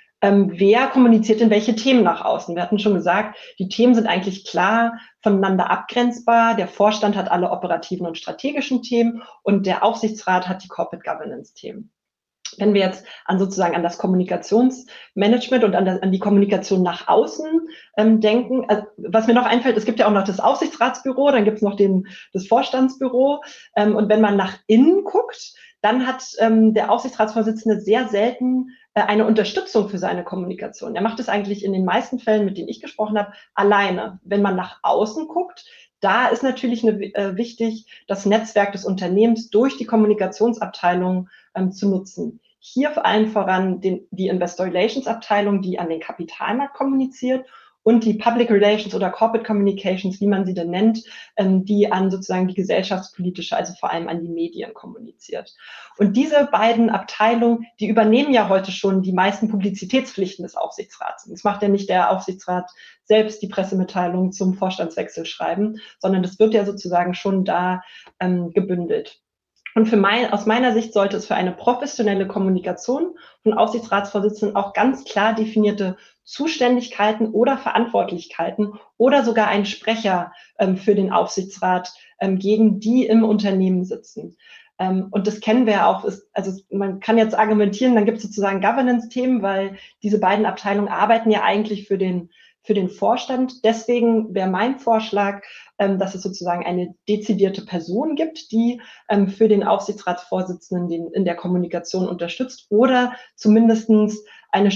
wer kommuniziert denn welche Themen nach außen. Wir hatten schon gesagt, die Themen sind eigentlich klar voneinander abgrenzbar. Der Vorstand hat alle operativen und strategischen Themen und der Aufsichtsrat hat die Corporate Governance-Themen. Wenn wir jetzt an das Kommunikationsmanagement und an die Kommunikation nach außen denken, also was mir noch einfällt, es gibt ja auch noch das Aufsichtsratsbüro, dann gibt es noch das Vorstandsbüro. Und wenn man nach innen guckt, dann hat der Aufsichtsratsvorsitzende sehr selten eine Unterstützung für seine Kommunikation. Er macht es eigentlich in den meisten Fällen, mit denen ich gesprochen habe, alleine. Wenn man nach außen guckt, da ist natürlich wichtig, das Netzwerk des Unternehmens durch die Kommunikationsabteilung zu nutzen. Hier vor allem voran die Investor Relations Abteilung, die an den Kapitalmarkt kommuniziert, und die Public Relations oder Corporate Communications, wie man sie denn nennt, die an sozusagen die gesellschaftspolitische, also vor allem an die Medien kommuniziert. Und diese beiden Abteilungen, die übernehmen ja heute schon die meisten Publizitätspflichten des Aufsichtsrats. Es macht ja nicht der Aufsichtsrat selbst die Pressemitteilung zum Vorstandswechsel schreiben, sondern das wird ja sozusagen schon da gebündelt. Und aus meiner Sicht sollte es für eine professionelle Kommunikation von Aufsichtsratsvorsitzenden auch ganz klar definierte Zuständigkeiten oder Verantwortlichkeiten oder sogar einen Sprecher für den Aufsichtsrat geben, die im Unternehmen sitzen. Und das kennen wir auch. Man kann jetzt argumentieren, dann gibt es sozusagen Governance-Themen, weil diese beiden Abteilungen arbeiten ja eigentlich für den Vorstand. Deswegen wäre mein Vorschlag, dass es sozusagen eine dezidierte Person gibt, die für den Aufsichtsratsvorsitzenden in der Kommunikation unterstützt oder zumindestens eine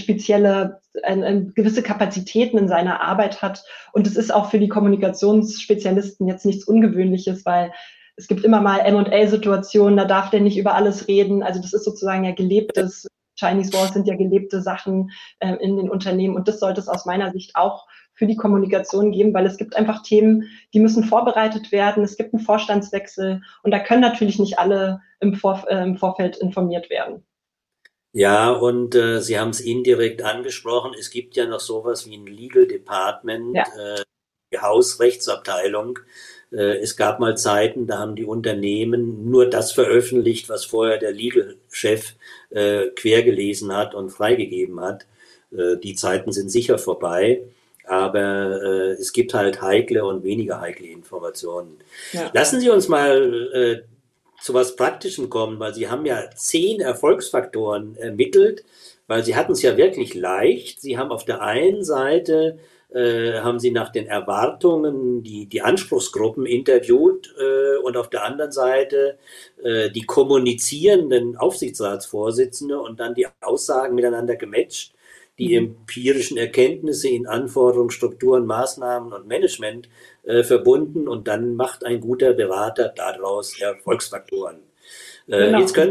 gewisse Kapazitäten in seiner Arbeit hat. Und es ist auch für die Kommunikationsspezialisten jetzt nichts Ungewöhnliches, weil es gibt immer mal M&A-Situationen, da darf der nicht über alles reden. Also das ist sozusagen ja gelebtes. Chinese Walls sind ja gelebte Sachen in den Unternehmen und das sollte es aus meiner Sicht auch für die Kommunikation geben, weil es gibt einfach Themen, die müssen vorbereitet werden, es gibt einen Vorstandswechsel und da können natürlich nicht alle im Vorfeld informiert werden. Ja, und Sie haben es indirekt angesprochen, es gibt ja noch sowas wie ein Legal Department, ja. Die Hausrechtsabteilung. Es gab mal Zeiten, da haben die Unternehmen nur das veröffentlicht, was vorher der Legal-Chef quergelesen hat und freigegeben hat. Die Zeiten sind sicher vorbei, aber es gibt halt heikle und weniger heikle Informationen. Ja. Lassen Sie uns mal zu was Praktischem kommen, weil Sie haben ja 10 Erfolgsfaktoren ermittelt, weil Sie hatten es ja wirklich leicht. Sie haben auf der einen Seite haben Sie nach den Erwartungen die Anspruchsgruppen interviewt und auf der anderen Seite die kommunizierenden Aufsichtsratsvorsitzende und dann die Aussagen miteinander gematcht, die empirischen Erkenntnisse in Anforderungen, Strukturen, Maßnahmen und Management verbunden und dann macht ein guter Berater daraus Erfolgsfaktoren. Genau. Jetzt können wir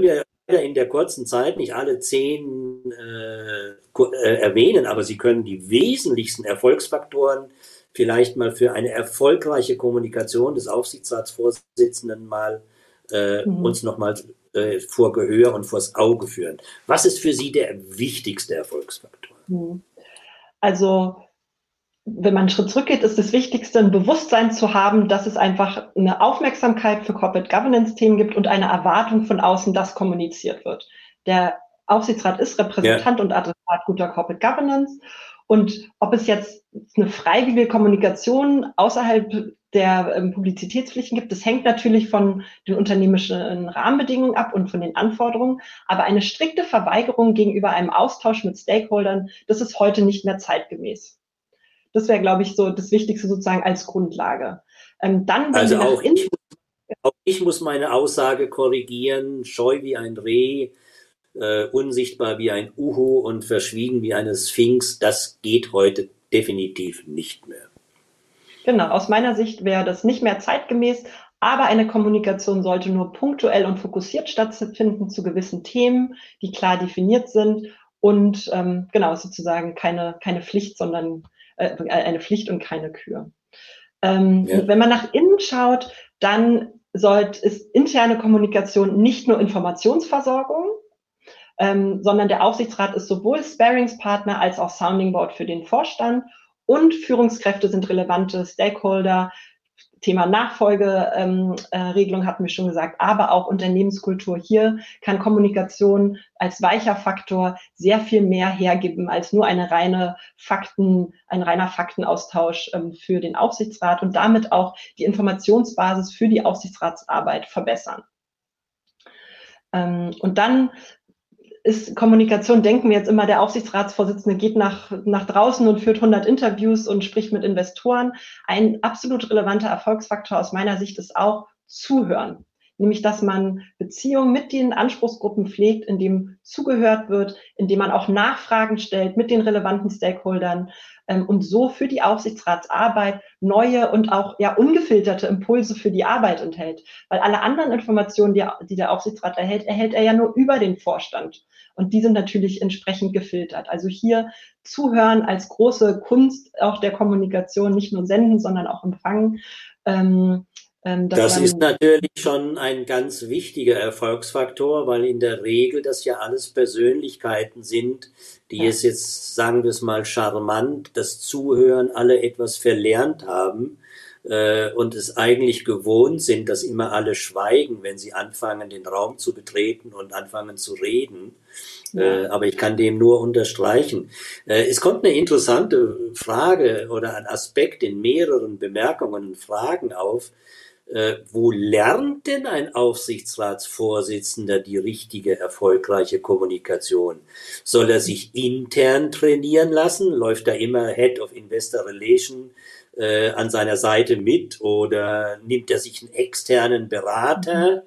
in der kurzen Zeit nicht alle 10 erwähnen, aber Sie können die wesentlichsten Erfolgsfaktoren vielleicht mal für eine erfolgreiche Kommunikation des Aufsichtsratsvorsitzenden mal uns nochmal vor Gehör und vors Auge führen. Was ist für Sie der wichtigste Erfolgsfaktor? Also, wenn man einen Schritt zurückgeht, ist das Wichtigste, ein Bewusstsein zu haben, dass es einfach eine Aufmerksamkeit für Corporate Governance-Themen gibt und eine Erwartung von außen, dass kommuniziert wird. Der Aufsichtsrat ist Repräsentant und Adressat guter Corporate Governance. Und ob es jetzt eine freiwillige Kommunikation außerhalb der Publizitätspflichten gibt, das hängt natürlich von den unternehmerischen Rahmenbedingungen ab und von den Anforderungen. Aber eine strikte Verweigerung gegenüber einem Austausch mit Stakeholdern, das ist heute nicht mehr zeitgemäß. Das wäre, glaube ich, so das Wichtigste sozusagen als Grundlage. Dann, also auch ich muss meine Aussage korrigieren, scheu wie ein Reh, unsichtbar wie ein Uhu und verschwiegen wie eine Sphinx, das geht heute definitiv nicht mehr. Genau, aus meiner Sicht wäre das nicht mehr zeitgemäß, aber eine Kommunikation sollte nur punktuell und fokussiert stattfinden zu gewissen Themen, die klar definiert sind und genau, sozusagen keine Pflicht, sondern eine Pflicht und keine Kür. Wenn man nach innen schaut, dann ist interne Kommunikation nicht nur Informationsversorgung, sondern der Aufsichtsrat ist sowohl Sparingspartner als auch Sounding Board für den Vorstand und Führungskräfte sind relevante Stakeholder. Thema Nachfolgeregelung hatten wir schon gesagt, aber auch Unternehmenskultur. Hier kann Kommunikation als weicher Faktor sehr viel mehr hergeben als nur ein reiner Faktenaustausch für den Aufsichtsrat und damit auch die Informationsbasis für die Aufsichtsratsarbeit verbessern. Und dann ist Kommunikation, denken wir jetzt immer, der Aufsichtsratsvorsitzende geht nach draußen und führt 100 Interviews und spricht mit Investoren. Ein absolut relevanter Erfolgsfaktor aus meiner Sicht ist auch Zuhören. Nämlich, dass man Beziehungen mit den Anspruchsgruppen pflegt, indem zugehört wird, indem man auch Nachfragen stellt mit den relevanten Stakeholdern und so für die Aufsichtsratsarbeit neue und auch ungefilterte Impulse für die Arbeit enthält. Weil alle anderen Informationen, die der Aufsichtsrat erhält er ja nur über den Vorstand. Und die sind natürlich entsprechend gefiltert. Also hier zuhören als große Kunst auch der Kommunikation, nicht nur senden, sondern auch empfangen. Das ist natürlich schon ein ganz wichtiger Erfolgsfaktor, weil in der Regel das ja alles Persönlichkeiten sind, die es jetzt, sagen wir es mal charmant, das Zuhören alle etwas verlernt haben und es eigentlich gewohnt sind, dass immer alle schweigen, wenn sie anfangen, den Raum zu betreten und anfangen zu reden. Aber ich kann dem nur unterstreichen. Es kommt eine interessante Frage oder ein Aspekt in mehreren Bemerkungen und Fragen auf. Wo lernt denn ein Aufsichtsratsvorsitzender die richtige, erfolgreiche Kommunikation? Soll er sich intern trainieren lassen? Läuft da immer Head of Investor Relations an seiner Seite mit oder nimmt er sich einen externen Berater?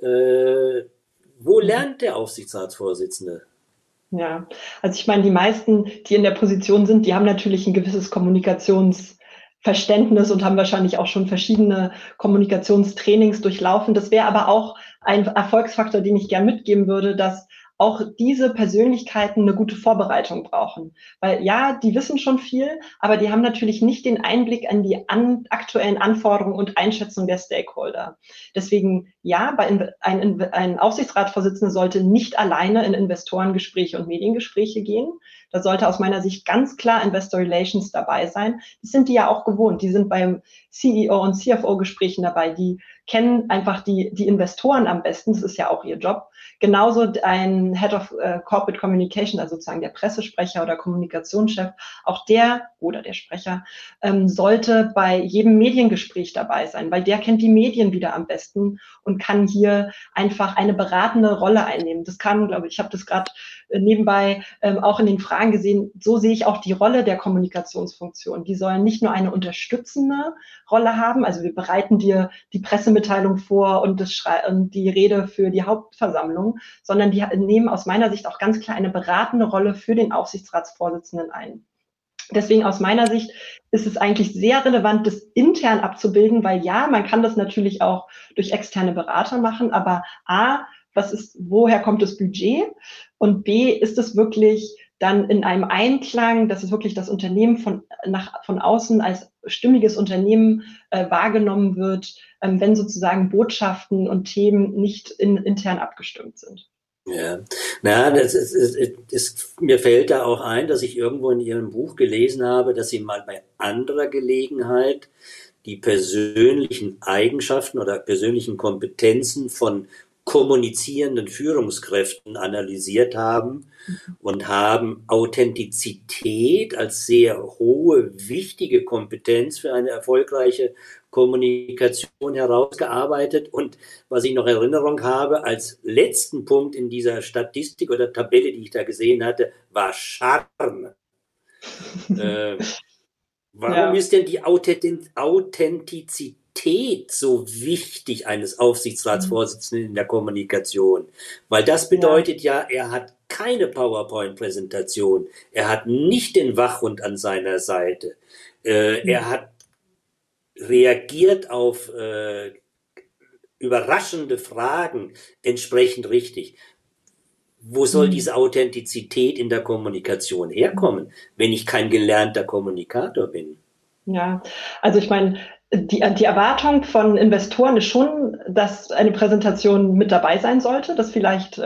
Wo lernt der Aufsichtsratsvorsitzende? Ja, also ich meine, die meisten, die in der Position sind, die haben natürlich ein gewisses Kommunikationsverständnis und haben wahrscheinlich auch schon verschiedene Kommunikationstrainings durchlaufen. Das wäre aber auch ein Erfolgsfaktor, den ich gern mitgeben würde, dass auch diese Persönlichkeiten eine gute Vorbereitung brauchen. Weil ja, die wissen schon viel, aber die haben natürlich nicht den Einblick an die aktuellen Anforderungen und Einschätzungen der Stakeholder. Deswegen ja, ein Aufsichtsratsvorsitzender sollte nicht alleine in Investorengespräche und Mediengespräche gehen. Da sollte aus meiner Sicht ganz klar Investor Relations dabei sein. Das sind die ja auch gewohnt. Die sind beim CEO und CFO-Gesprächen dabei. Die kennen einfach die Investoren am besten. Das ist ja auch ihr Job. Genauso ein Head of Corporate Communication, also sozusagen der Pressesprecher oder Kommunikationschef, auch der oder der Sprecher sollte bei jedem Mediengespräch dabei sein, weil der kennt die Medien wieder am besten und kann hier einfach eine beratende Rolle einnehmen. Das kann, glaube ich habe das gerade nebenbei auch in den Fragen gesehen, so sehe ich auch die Rolle der Kommunikationsfunktion. Die sollen nicht nur eine unterstützende Rolle haben, also wir bereiten dir die Pressemitteilung vor und die Rede für die Hauptversammlung, sondern die nehmen aus meiner Sicht auch ganz klar eine beratende Rolle für den Aufsichtsratsvorsitzenden ein. Deswegen aus meiner Sicht ist es eigentlich sehr relevant, das intern abzubilden, weil ja, man kann das natürlich auch durch externe Berater machen, aber woher kommt das Budget? Und B, ist es wirklich dann in einem Einklang, dass es wirklich das Unternehmen von außen als stimmiges Unternehmen wahrgenommen wird, wenn sozusagen Botschaften und Themen nicht intern abgestimmt sind. Ja, mir fällt da auch ein, dass ich irgendwo in Ihrem Buch gelesen habe, dass Sie mal bei anderer Gelegenheit die persönlichen Eigenschaften oder persönlichen Kompetenzen von kommunizierenden Führungskräften analysiert haben und haben Authentizität als sehr hohe, wichtige Kompetenz für eine erfolgreiche Kommunikation herausgearbeitet. Und was ich noch in Erinnerung habe, als letzten Punkt in dieser Statistik oder Tabelle, die ich da gesehen hatte, war Charme. Warum ist denn die Authentizität so wichtig eines Aufsichtsratsvorsitzenden in der Kommunikation? Weil das bedeutet ja, er hat keine PowerPoint-Präsentation, er hat nicht den Wachhund an seiner Seite, er hat reagiert auf überraschende Fragen entsprechend richtig. Wo soll diese Authentizität in der Kommunikation herkommen, wenn ich kein gelernter Kommunikator bin? Ja, also ich meine, die Erwartung von Investoren ist schon, dass eine Präsentation mit dabei sein sollte. Das vielleicht,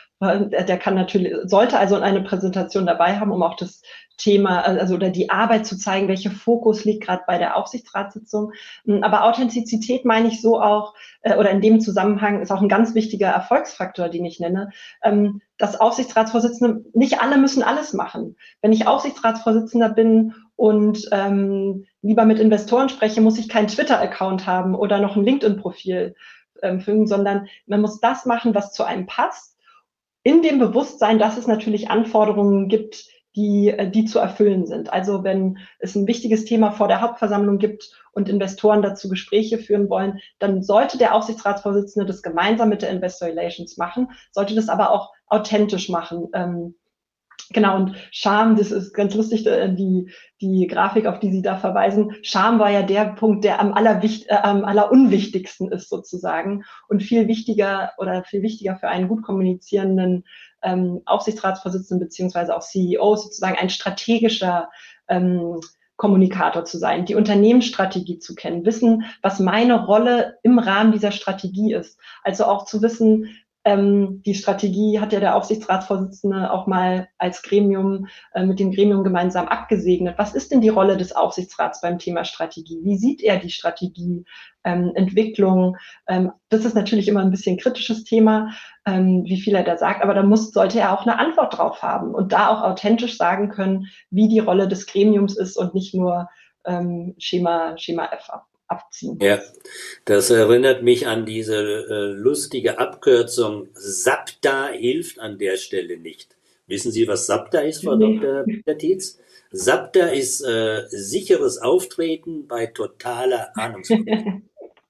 sollte also eine Präsentation dabei haben, um auch das Thema, also oder die Arbeit zu zeigen, welcher Fokus liegt gerade bei der Aufsichtsratssitzung. Aber Authentizität meine ich so auch, oder in dem Zusammenhang ist auch ein ganz wichtiger Erfolgsfaktor, den ich nenne, dass Aufsichtsratsvorsitzende, nicht alle müssen alles machen. Wenn ich Aufsichtsratsvorsitzender bin und lieber mit Investoren spreche, muss ich keinen Twitter-Account haben oder noch ein LinkedIn-Profil fügen, sondern man muss das machen, was zu einem passt, in dem Bewusstsein, dass es natürlich Anforderungen gibt, die zu erfüllen sind. Also wenn es ein wichtiges Thema vor der Hauptversammlung gibt und Investoren dazu Gespräche führen wollen, dann sollte der Aufsichtsratsvorsitzende das gemeinsam mit der Investor Relations machen, sollte das aber auch authentisch machen. Genau, und Charme, das ist ganz lustig, die Grafik, auf die Sie da verweisen. Charme war ja der Punkt, der am allerunwichtigsten ist sozusagen und viel wichtiger für einen gut kommunizierenden Aufsichtsratsvorsitzenden beziehungsweise auch CEO sozusagen ein strategischer Kommunikator zu sein, die Unternehmensstrategie zu kennen, wissen, was meine Rolle im Rahmen dieser Strategie ist. Also auch zu wissen, die Strategie hat ja der Aufsichtsratsvorsitzende auch mal als Gremium, mit dem Gremium gemeinsam abgesegnet. Was ist denn die Rolle des Aufsichtsrats beim Thema Strategie? Wie sieht er die Strategie, Entwicklung? Das ist natürlich immer ein bisschen kritisches Thema, wie viel er da sagt, aber da sollte er auch eine Antwort drauf haben und da auch authentisch sagen können, wie die Rolle des Gremiums ist und nicht nur Schema F abziehen. Ja, das erinnert mich an diese lustige Abkürzung, SAPTA hilft an der Stelle nicht. Wissen Sie, was SAPTA ist, Frau Dr. Tietz? SAPTA ist sicheres Auftreten bei totaler Ahnungslosigkeit.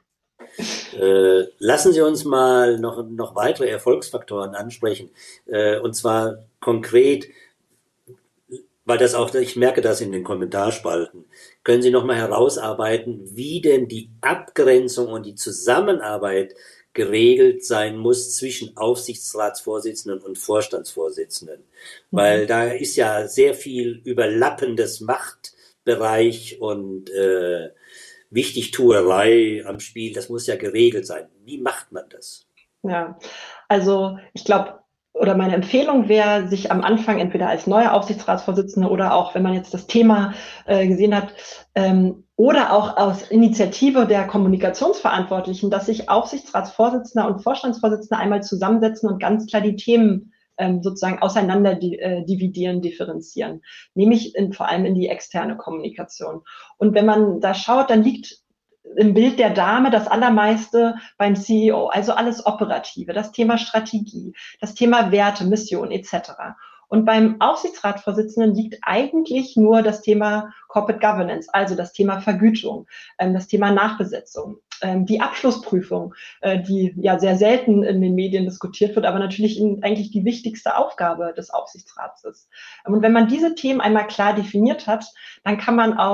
Lassen Sie uns mal noch weitere Erfolgsfaktoren ansprechen, und zwar konkret, weil ich merke das in den Kommentarspalten. Können Sie noch mal herausarbeiten, wie denn die Abgrenzung und die Zusammenarbeit geregelt sein muss zwischen Aufsichtsratsvorsitzenden und Vorstandsvorsitzenden? Weil da ist ja sehr viel überlappendes Machtbereich und Wichtigtuerei am Spiel. Das muss ja geregelt sein. Wie macht man das? Ja, also ich glaube, oder meine Empfehlung wäre, sich am Anfang entweder als neuer Aufsichtsratsvorsitzender oder auch, wenn man jetzt das Thema gesehen hat, oder auch aus Initiative der Kommunikationsverantwortlichen, dass sich Aufsichtsratsvorsitzender und Vorstandsvorsitzender einmal zusammensetzen und ganz klar die Themen sozusagen auseinander dividieren, differenzieren, nämlich vor allem in die externe Kommunikation. Und wenn man da schaut, dann liegt im Bild der Dame das Allermeiste beim CEO, also alles Operative, das Thema Strategie, das Thema Werte, Mission etc. Und beim Aufsichtsratsvorsitzenden liegt eigentlich nur das Thema Corporate Governance, also das Thema Vergütung, das Thema Nachbesetzung, die Abschlussprüfung, die ja sehr selten in den Medien diskutiert wird, aber natürlich eigentlich die wichtigste Aufgabe des Aufsichtsrats ist. Und wenn man diese Themen einmal klar definiert hat, dann kann man auch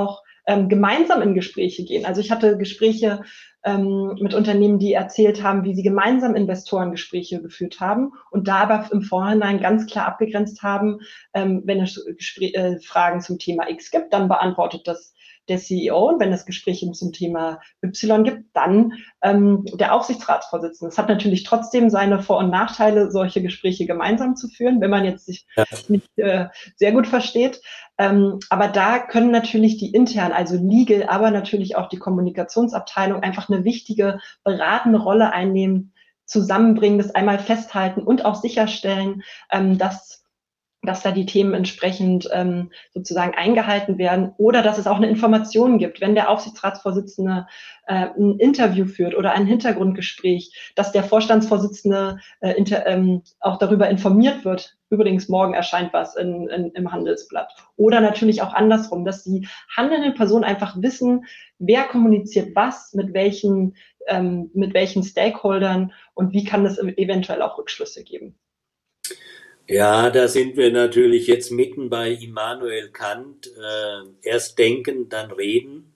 gemeinsam in Gespräche gehen. Also ich hatte Gespräche mit Unternehmen, die erzählt haben, wie sie gemeinsam Investorengespräche geführt haben und da aber im Vorhinein ganz klar abgegrenzt haben, wenn es Fragen zum Thema X gibt, dann beantwortet das der CEO, und wenn es Gespräche zum Thema Y gibt, dann der Aufsichtsratsvorsitzende. Es hat natürlich trotzdem seine Vor- und Nachteile, solche Gespräche gemeinsam zu führen, wenn man jetzt sich nicht sehr gut versteht. Aber da können natürlich die intern, also Legal, aber natürlich auch die Kommunikationsabteilung einfach eine wichtige beratende Rolle einnehmen, zusammenbringen, das einmal festhalten und auch sicherstellen, dass da die Themen entsprechend sozusagen eingehalten werden oder dass es auch eine Information gibt, wenn der Aufsichtsratsvorsitzende ein Interview führt oder ein Hintergrundgespräch, dass der Vorstandsvorsitzende auch darüber informiert wird. Übrigens, morgen erscheint was im Handelsblatt. Oder natürlich auch andersrum, dass die handelnden Personen einfach wissen, wer kommuniziert was, mit welchen Stakeholdern und wie kann es eventuell auch Rückschlüsse geben. Ja, da sind wir natürlich jetzt mitten bei Immanuel Kant. Erst denken, dann reden.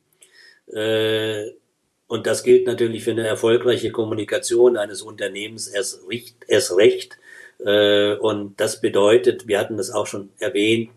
Und das gilt natürlich für eine erfolgreiche Kommunikation eines Unternehmens erst recht. Und das bedeutet, wir hatten das auch schon erwähnt,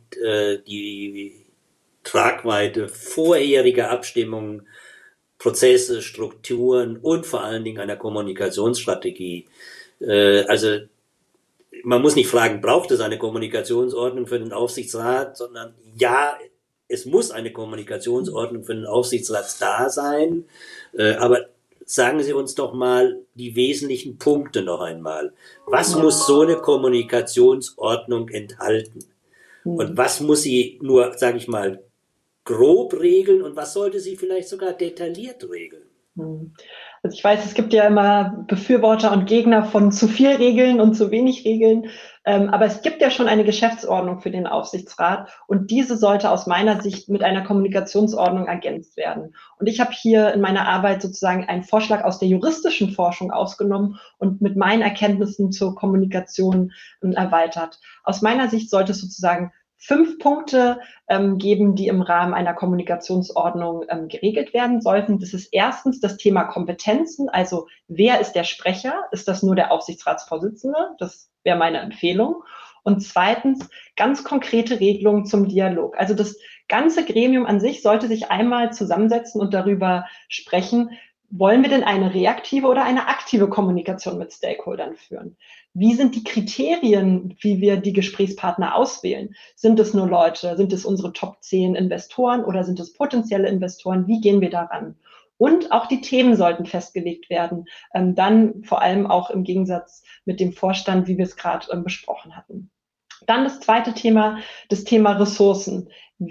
die Tragweite vorheriger Abstimmungen, Prozesse, Strukturen und vor allen Dingen einer Kommunikationsstrategie. Also man muss nicht fragen, braucht es eine Kommunikationsordnung für den Aufsichtsrat, sondern ja, es muss eine Kommunikationsordnung für den Aufsichtsrat da sein. Aber sagen Sie uns doch mal die wesentlichen Punkte noch einmal. Was muss so eine Kommunikationsordnung enthalten? Und was muss sie nur, sage ich mal, grob regeln und was sollte sie vielleicht sogar detailliert regeln? Also ich weiß, es gibt ja immer Befürworter und Gegner von zu viel Regeln und zu wenig Regeln. Aber es gibt ja schon eine Geschäftsordnung für den Aufsichtsrat und diese sollte aus meiner Sicht mit einer Kommunikationsordnung ergänzt werden. Und ich habe hier in meiner Arbeit sozusagen einen Vorschlag aus der juristischen Forschung ausgenommen und mit meinen Erkenntnissen zur Kommunikation erweitert. Aus meiner Sicht sollte es sozusagen 5 Punkte geben, die im Rahmen einer Kommunikationsordnung geregelt werden sollten. Das ist erstens das Thema Kompetenzen, also wer ist der Sprecher? Ist das nur der Aufsichtsratsvorsitzende? Das wäre meine Empfehlung. Und zweitens ganz konkrete Regelungen zum Dialog. Also das ganze Gremium an sich sollte sich einmal zusammensetzen und darüber sprechen, wollen wir denn eine reaktive oder eine aktive Kommunikation mit Stakeholdern führen? Wie sind die Kriterien, wie wir die Gesprächspartner auswählen? Sind es nur Leute, sind es unsere Top 10 Investoren oder sind es potenzielle Investoren? Wie gehen wir daran? Und auch die Themen sollten festgelegt werden, dann vor allem auch im Gegensatz mit dem Vorstand, wie wir es gerade besprochen hatten. Dann das zweite Thema, das Thema Ressourcen.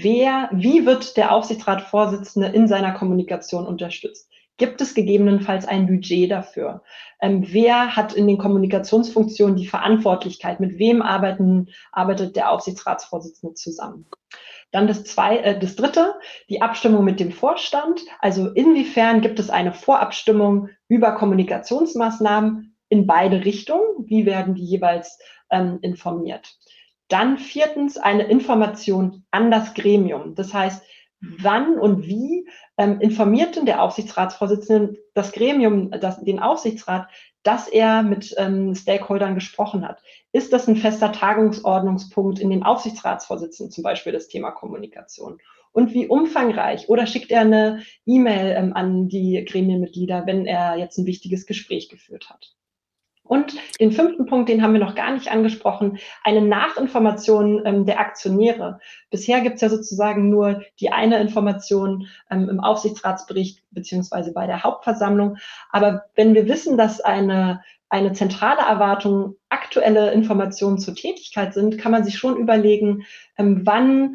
Wie wird der Aufsichtsratsvorsitzende in seiner Kommunikation unterstützt? Gibt es gegebenenfalls ein Budget dafür? Wer hat in den Kommunikationsfunktionen die Verantwortlichkeit? Mit wem arbeitet der Aufsichtsratsvorsitzende zusammen? Dann das dritte, die Abstimmung mit dem Vorstand. Also inwiefern gibt es eine Vorabstimmung über Kommunikationsmaßnahmen in beide Richtungen? Wie werden die jeweils informiert? Dann viertens eine Information an das Gremium. Das heißt, wann und wie informiert denn der Aufsichtsratsvorsitzende das Gremium, den Aufsichtsrat, dass er mit Stakeholdern gesprochen hat? Ist das ein fester Tagungsordnungspunkt in den Aufsichtsratsvorsitzenden, zum Beispiel das Thema Kommunikation? Und wie umfangreich? Oder schickt er eine E-Mail an die Gremienmitglieder, wenn er jetzt ein wichtiges Gespräch geführt hat? Und den 5. Punkt, den haben wir noch gar nicht angesprochen, eine Nachinformation der Aktionäre. Bisher gibt es ja sozusagen nur die eine Information im Aufsichtsratsbericht beziehungsweise bei der Hauptversammlung. Aber wenn wir wissen, dass eine zentrale Erwartung aktuelle Informationen zur Tätigkeit sind, kann man sich schon überlegen, dann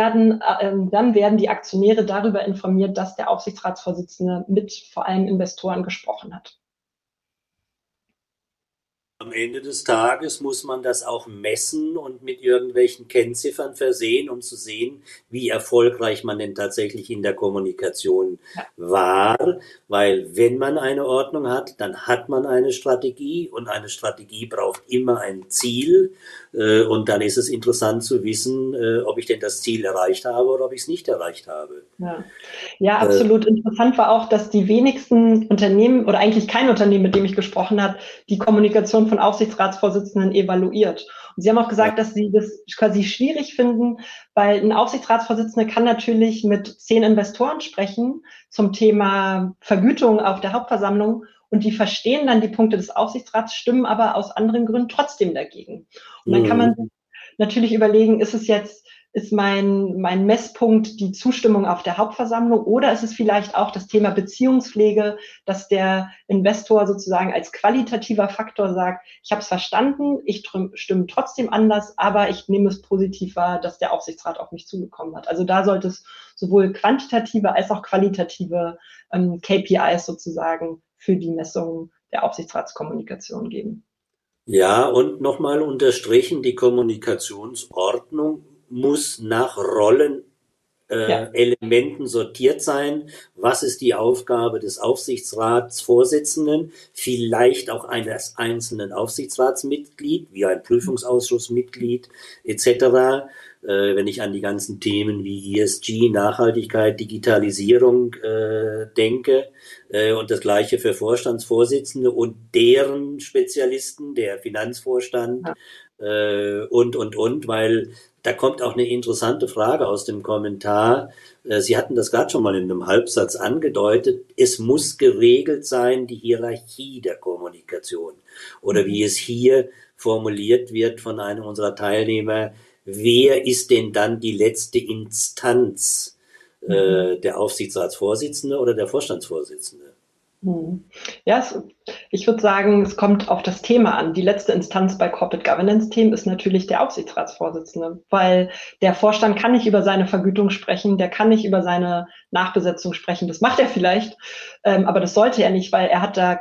werden die Aktionäre darüber informiert, dass der Aufsichtsratsvorsitzende mit vor allem Investoren gesprochen hat. am Ende des Tages muss man das auch messen und mit irgendwelchen Kennziffern versehen, um zu sehen, wie erfolgreich man denn tatsächlich in der Kommunikation war. Weil wenn man eine Ordnung hat, dann hat man eine Strategie und eine Strategie braucht immer ein Ziel. Und dann ist es interessant zu wissen, ob ich denn das Ziel erreicht habe oder ob ich es nicht erreicht habe. Ja, absolut. Interessant war auch, dass die wenigsten Unternehmen oder eigentlich kein Unternehmen, mit dem ich gesprochen habe, die Kommunikation von Aufsichtsratsvorsitzenden evaluiert. Und sie haben auch gesagt, dass sie das quasi schwierig finden, weil ein Aufsichtsratsvorsitzender kann natürlich mit 10 Investoren sprechen zum Thema Vergütung auf der Hauptversammlung und die verstehen dann die Punkte des Aufsichtsrats, stimmen aber aus anderen Gründen trotzdem dagegen. Und dann kann man natürlich überlegen, ist mein Messpunkt die Zustimmung auf der Hauptversammlung oder ist es vielleicht auch das Thema Beziehungspflege, dass der Investor sozusagen als qualitativer Faktor sagt, ich habe es verstanden, ich stimme trotzdem anders, aber ich nehme es positiv wahr, dass der Aufsichtsrat auf mich zugekommen hat. Also da sollte es sowohl quantitative als auch qualitative KPIs sozusagen für die Messung der Aufsichtsratskommunikation geben. Ja, und nochmal unterstrichen, die Kommunikationsordnung muss nach Rollenelementen sortiert sein. Was ist die Aufgabe des Aufsichtsratsvorsitzenden, vielleicht auch eines einzelnen Aufsichtsratsmitglied, wie ein Prüfungsausschussmitglied etc., wenn ich an die ganzen Themen wie ESG, Nachhaltigkeit, Digitalisierung denke und das Gleiche für Vorstandsvorsitzende und deren Spezialisten, der Finanzvorstand und, weil da kommt auch eine interessante Frage aus dem Kommentar. Sie hatten das gerade schon mal in einem Halbsatz angedeutet. Es muss geregelt sein, die Hierarchie der Kommunikation. Oder wie es hier formuliert wird von einem unserer Teilnehmer, wer ist denn dann die letzte Instanz? Der Aufsichtsratsvorsitzende oder der Vorstandsvorsitzende? Ja, ich würde sagen, es kommt auf das Thema an. Die letzte Instanz bei Corporate Governance-Themen ist natürlich der Aufsichtsratsvorsitzende, weil der Vorstand kann nicht über seine Vergütung sprechen, der kann nicht über seine Nachbesetzung sprechen. Das macht er vielleicht, aber das sollte er nicht, weil er hat da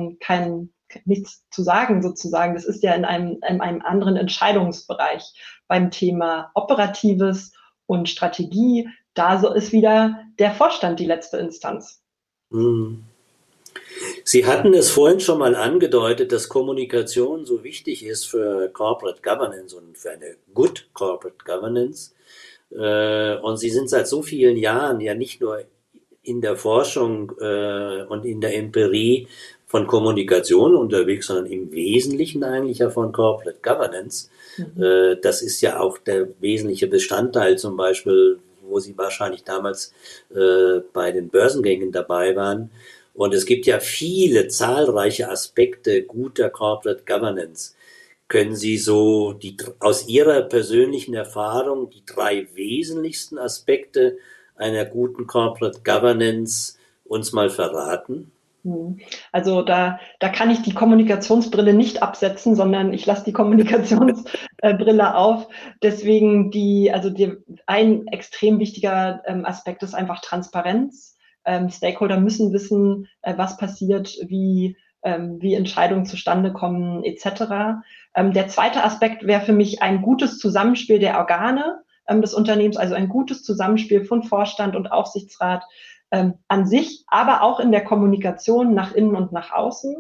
nichts zu sagen sozusagen. Das ist ja in einem anderen Entscheidungsbereich. Beim Thema Operatives und Strategie, da ist wieder der Vorstand die letzte Instanz. Sie hatten es vorhin schon mal angedeutet, dass Kommunikation so wichtig ist für Corporate Governance und für eine Good Corporate Governance. Und Sie sind seit so vielen Jahren ja nicht nur in der Forschung und in der Empirie von Kommunikation unterwegs, sondern im Wesentlichen eigentlich ja von Corporate Governance. Das ist ja auch der wesentliche Bestandteil zum Beispiel, wo Sie wahrscheinlich damals bei den Börsengängen dabei waren. Und es gibt ja zahlreiche Aspekte guter Corporate Governance. Können Sie so aus Ihrer persönlichen Erfahrung die 3 wesentlichsten Aspekte einer guten Corporate Governance uns mal verraten? Also da kann ich die Kommunikationsbrille nicht absetzen, sondern ich lasse die Kommunikationsbrille auf. Deswegen ein extrem wichtiger Aspekt ist einfach Transparenz. Stakeholder müssen wissen, was passiert, wie Entscheidungen zustande kommen, etc. Der zweite Aspekt wäre für mich ein gutes Zusammenspiel der Organe des Unternehmens, also ein gutes Zusammenspiel von Vorstand und Aufsichtsrat an sich, aber auch in der Kommunikation nach innen und nach außen.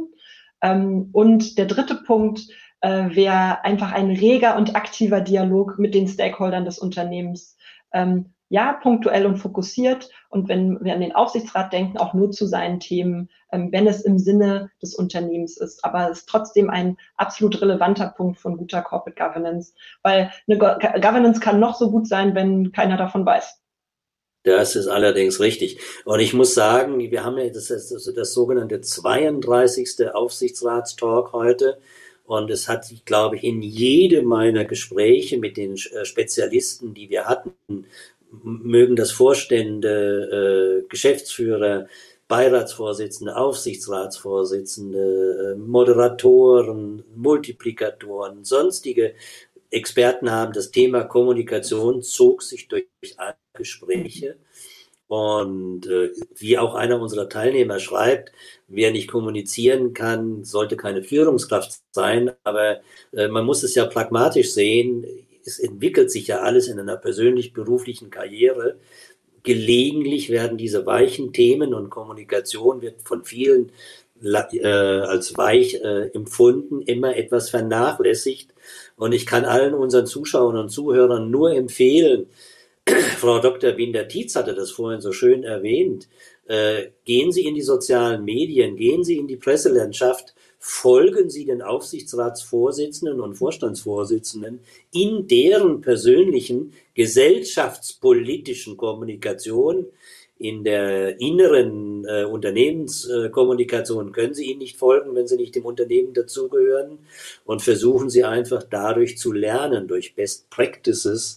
Und der dritte Punkt wäre einfach ein reger und aktiver Dialog mit den Stakeholdern des Unternehmens. Punktuell und fokussiert und wenn wir an den Aufsichtsrat denken, auch nur zu seinen Themen, wenn es im Sinne des Unternehmens ist. Aber es ist trotzdem ein absolut relevanter Punkt von guter Corporate Governance, weil eine Governance kann noch so gut sein, wenn keiner davon weiß. Das ist allerdings richtig. Und ich muss sagen, wir haben ja das sogenannte 32. Aufsichtsratstalk heute. Und es hat sich, glaube ich, in jedem meiner Gespräche mit den Spezialisten, die wir hatten, mögen das Vorstände, Geschäftsführer, Beiratsvorsitzende, Aufsichtsratsvorsitzende, Moderatoren, Multiplikatoren, sonstige Experten haben. Das Thema Kommunikation zog sich durch alle Gespräche. Und wie auch einer unserer Teilnehmer schreibt, wer nicht kommunizieren kann, sollte keine Führungskraft sein. Aber man muss es ja pragmatisch sehen. Es entwickelt sich ja alles in einer persönlich-beruflichen Karriere. Gelegentlich werden diese weichen Themen und Kommunikation wird von vielen als weich empfunden, immer etwas vernachlässigt. Und ich kann allen unseren Zuschauern und Zuhörern nur empfehlen, Frau Dr. Binder-Tietz hatte das vorhin so schön erwähnt, gehen Sie in die sozialen Medien, gehen Sie in die Presselandschaft, folgen Sie den Aufsichtsratsvorsitzenden und Vorstandsvorsitzenden in deren persönlichen gesellschaftspolitischen Kommunikation. In der inneren Unternehmenskommunikation können Sie ihnen nicht folgen, wenn Sie nicht dem Unternehmen dazugehören, und versuchen Sie einfach dadurch zu lernen, durch Best Practices,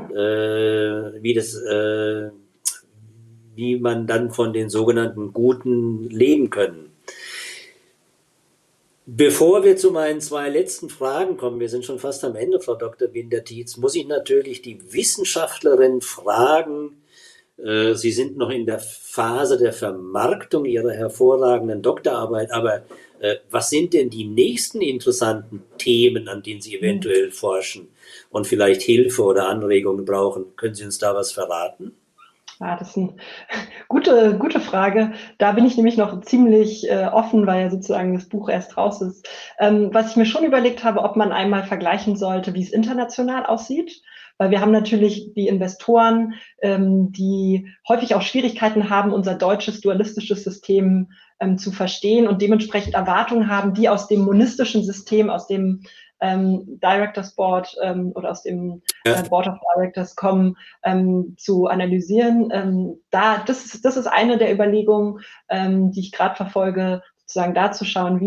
wie man dann von den sogenannten Guten leben können. Bevor wir zu meinen zwei letzten Fragen kommen, wir sind schon fast am Ende, Frau Dr. Binder-Tietz, muss ich natürlich die Wissenschaftlerin fragen. Sie sind noch in der Phase der Vermarktung Ihrer hervorragenden Doktorarbeit, aber was sind denn die nächsten interessanten Themen, an denen Sie eventuell forschen und vielleicht Hilfe oder Anregungen brauchen? Können Sie uns da was verraten? Ja, das ist eine gute Frage. Da bin ich nämlich noch ziemlich offen, weil ja sozusagen das Buch erst raus ist. Was ich mir schon überlegt habe, ob man einmal vergleichen sollte, wie es international aussieht. Weil wir haben natürlich die Investoren, die häufig auch Schwierigkeiten haben, unser deutsches dualistisches System zu verstehen und dementsprechend Erwartungen haben, die aus dem monistischen System, aus dem Directors Board oder aus dem Board of Directors kommen, zu analysieren. Das ist eine der Überlegungen, die ich gerade verfolge, sozusagen da zu schauen,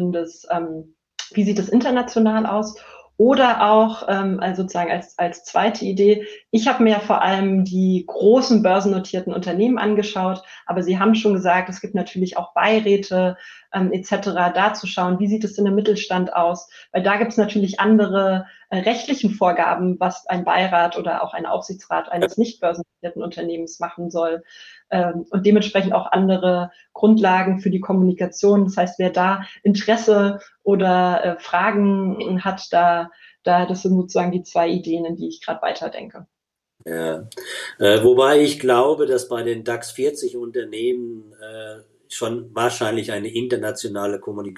wie sieht das international aus? Oder auch also sozusagen als zweite Idee, ich habe mir vor allem die großen börsennotierten Unternehmen angeschaut, aber Sie haben schon gesagt, es gibt natürlich auch Beiräte etc., da zu schauen, wie sieht es in der Mittelstand aus, weil da gibt es natürlich andere rechtlichen Vorgaben, was ein Beirat oder auch ein Aufsichtsrat eines nicht börsennotierten Unternehmens machen soll und dementsprechend auch andere Grundlagen für die Kommunikation. Das heißt, wer da Interesse oder Fragen hat, das sind sozusagen die zwei Ideen, in die ich gerade weiterdenke. Ja, wobei ich glaube, dass bei den DAX 40 Unternehmen schon wahrscheinlich eine internationale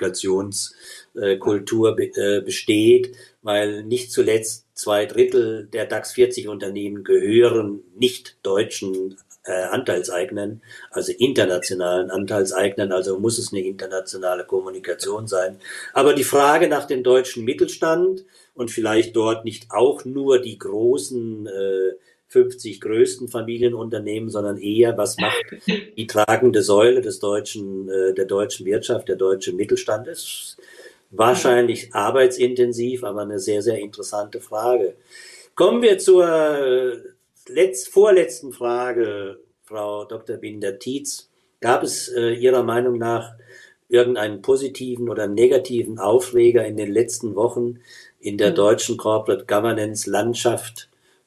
Kommunikationskultur besteht, weil nicht zuletzt 2/3 der DAX 40 Unternehmen gehören nicht deutschen Anteilseignern, also internationalen Anteilseignern, also muss es eine internationale Kommunikation sein. Aber die Frage nach dem deutschen Mittelstand und vielleicht dort nicht auch nur die großen 50 größten Familienunternehmen, sondern eher, was macht die tragende Säule der deutschen Wirtschaft, der deutsche Mittelstand, ist wahrscheinlich arbeitsintensiv, aber eine sehr, sehr interessante Frage. Kommen wir zur vorletzten Frage, Frau Dr. Binder-Tietz. Gab es Ihrer Meinung nach irgendeinen positiven oder negativen Aufreger in den letzten Wochen in der deutschen Corporate Governance Landschaft,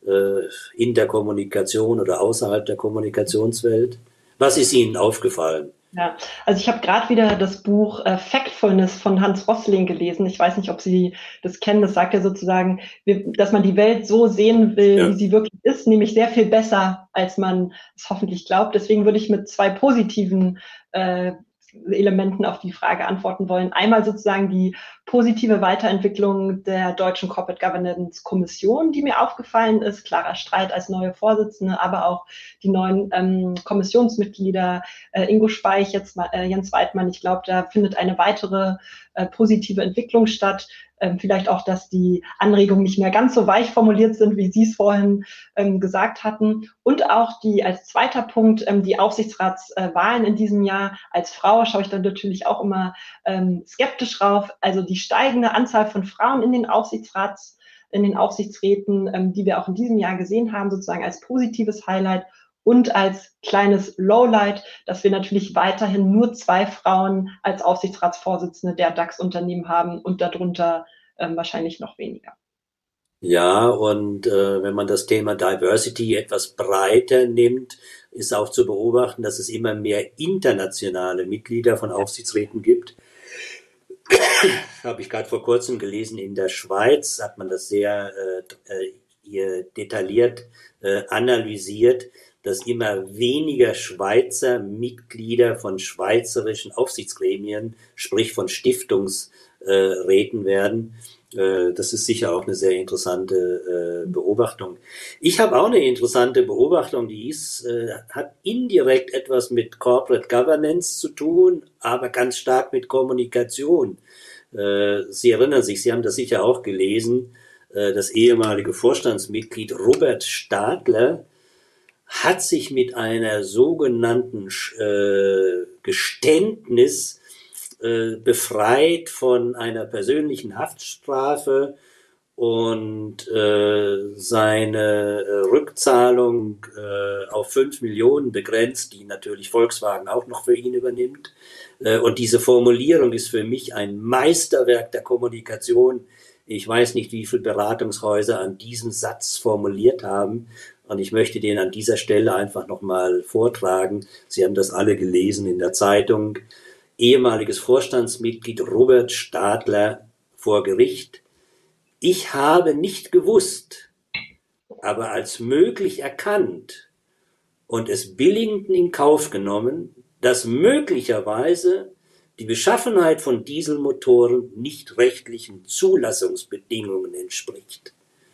in der Kommunikation oder außerhalb der Kommunikationswelt? Was ist Ihnen aufgefallen? Ja, also ich habe gerade wieder das Buch Factfulness von Hans Rosling gelesen. Ich weiß nicht, ob Sie das kennen. Das sagt ja sozusagen, dass man die Welt so sehen will, wie sie wirklich ist, nämlich sehr viel besser, als man es hoffentlich glaubt. Deswegen würde ich mit zwei positiven Elementen auf die Frage antworten wollen. Einmal sozusagen die positive Weiterentwicklung der deutschen Corporate Governance Kommission, die mir aufgefallen ist. Clara Streit als neue Vorsitzende, aber auch die neuen Kommissionsmitglieder, Ingo Speich, Jens Weidmann. Ich glaube, da findet eine weitere positive Entwicklung statt. Vielleicht auch, dass die Anregungen nicht mehr ganz so weich formuliert sind, wie Sie es vorhin gesagt hatten. Und auch als zweiter Punkt, die Aufsichtsratswahlen in diesem Jahr. Als Frau schaue ich dann natürlich auch immer skeptisch drauf. Also die steigende Anzahl von Frauen in den Aufsichtsräten, die wir auch in diesem Jahr gesehen haben, sozusagen als positives Highlight. Und als kleines Lowlight, dass wir natürlich weiterhin nur 2 Frauen als Aufsichtsratsvorsitzende der DAX-Unternehmen haben und darunter wahrscheinlich noch weniger. Ja, und wenn man das Thema Diversity etwas breiter nimmt, ist auch zu beobachten, dass es immer mehr internationale Mitglieder von Aufsichtsräten gibt. Habe ich gerade vor kurzem gelesen, in der Schweiz hat man das sehr detailliert analysiert, dass immer weniger Schweizer Mitglieder von schweizerischen Aufsichtsgremien, sprich von Stiftungsräten werden. Das ist sicher auch eine sehr interessante Beobachtung. Ich habe auch eine interessante Beobachtung, die hat indirekt etwas mit Corporate Governance zu tun, aber ganz stark mit Kommunikation. Sie erinnern sich, Sie haben das sicher auch gelesen, das ehemalige Vorstandsmitglied Robert Stadler hat sich mit einer sogenannten Geständnis befreit von einer persönlichen Haftstrafe und seine Rückzahlung auf 5 Millionen begrenzt, die natürlich Volkswagen auch noch für ihn übernimmt. Und diese Formulierung ist für mich ein Meisterwerk der Kommunikation. Ich weiß nicht, wie viele Beratungshäuser an diesem Satz formuliert haben. Und ich möchte den an dieser Stelle einfach nochmal vortragen. Sie haben das alle gelesen in der Zeitung. Ehemaliges Vorstandsmitglied Robert Stadler vor Gericht. Ich habe nicht gewusst, aber als möglich erkannt und es billigend in Kauf genommen, dass möglicherweise die Beschaffenheit von Dieselmotoren nicht rechtlichen Zulassungsbedingungen entspricht.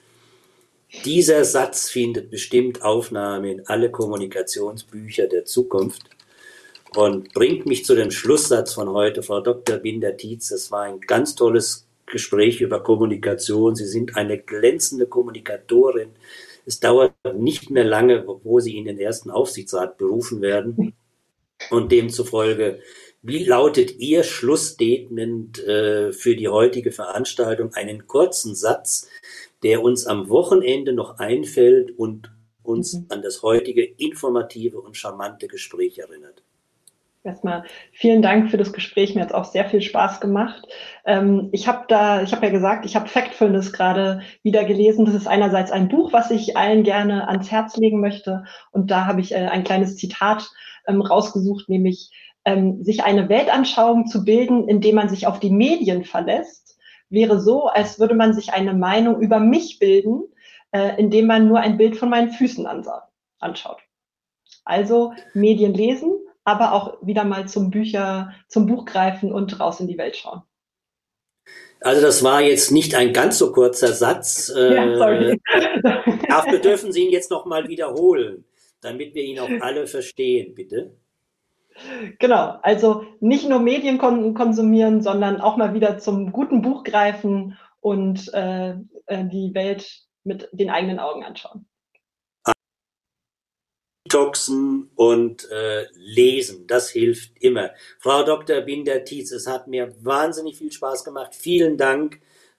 Dieser Satz findet bestimmt Aufnahme in alle Kommunikationsbücher der Zukunft und bringt mich zu dem Schlusssatz von heute, Frau Dr. Binder-Tietz. Es war ein ganz tolles Gespräch über Kommunikation. Sie sind eine glänzende Kommunikatorin. Es dauert nicht mehr lange, wo Sie in den ersten Aufsichtsrat berufen werden. Und demzufolge, wie lautet Ihr Schlussstatement für die heutige Veranstaltung? Einen kurzen Satz, der uns am Wochenende noch einfällt und uns an das heutige informative und charmante Gespräch erinnert. Erstmal vielen Dank für das Gespräch. Mir hat es auch sehr viel Spaß gemacht. Ich habe ja gesagt, ich habe Factfulness gerade wieder gelesen. Das ist einerseits ein Buch, was ich allen gerne ans Herz legen möchte. Und da habe ich ein kleines Zitat rausgesucht, nämlich sich eine Weltanschauung zu bilden, indem man sich auf die Medien verlässt, wäre so, als würde man sich eine Meinung über mich bilden, indem man nur ein Bild von meinen Füßen anschaut. Also Medien lesen, aber auch wieder mal zum Buch greifen und raus in die Welt schauen. Also das war jetzt nicht ein ganz so kurzer Satz. Ja, sorry. Dafür dürfen Sie ihn jetzt noch mal wiederholen, damit wir ihn auch alle verstehen, bitte. Genau, also nicht nur Medien konsumieren, sondern auch mal wieder zum guten Buch greifen und die Welt mit den eigenen Augen anschauen. Detoxen und lesen, das hilft immer. Frau Dr. Binder-Tietz, es hat mir wahnsinnig viel Spaß gemacht. Vielen Dank,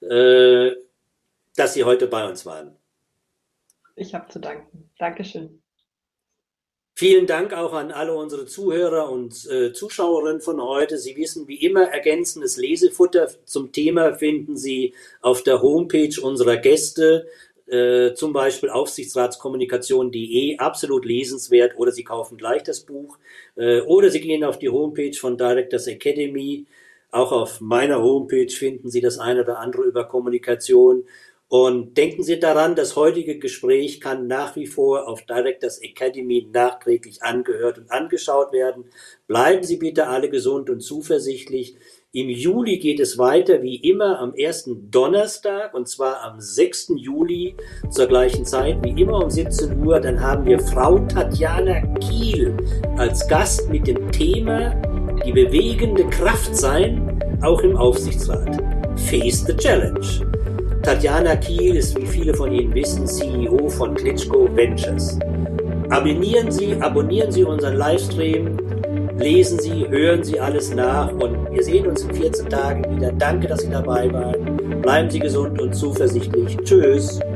dass Sie heute bei uns waren. Ich habe zu danken. Dankeschön. Vielen Dank auch an alle unsere Zuhörer und Zuschauerinnen von heute. Sie wissen, wie immer, ergänzendes Lesefutter zum Thema finden Sie auf der Homepage unserer Gäste, zum Beispiel aufsichtsratskommunikation.de, absolut lesenswert, oder Sie kaufen gleich das Buch, oder Sie gehen auf die Homepage von Directors Academy. Auch auf meiner Homepage finden Sie das eine oder andere über Kommunikation. Und denken Sie daran, das heutige Gespräch kann nach wie vor auf Directors Academy nachträglich angehört und angeschaut werden. Bleiben Sie bitte alle gesund und zuversichtlich. Im Juli geht es weiter, wie immer, am ersten Donnerstag, und zwar am 6. Juli zur gleichen Zeit, wie immer um 17 Uhr. Dann haben wir Frau Tatjana Kiel als Gast mit dem Thema die bewegende Kraft sein, auch im Aufsichtsrat. Face the Challenge. Tatjana Kiel ist, wie viele von Ihnen wissen, CEO von Klitschko Ventures. Abonnieren Sie unseren Livestream, lesen Sie, hören Sie alles nach und wir sehen uns in 14 Tagen wieder. Danke, dass Sie dabei waren. Bleiben Sie gesund und zuversichtlich. Tschüss.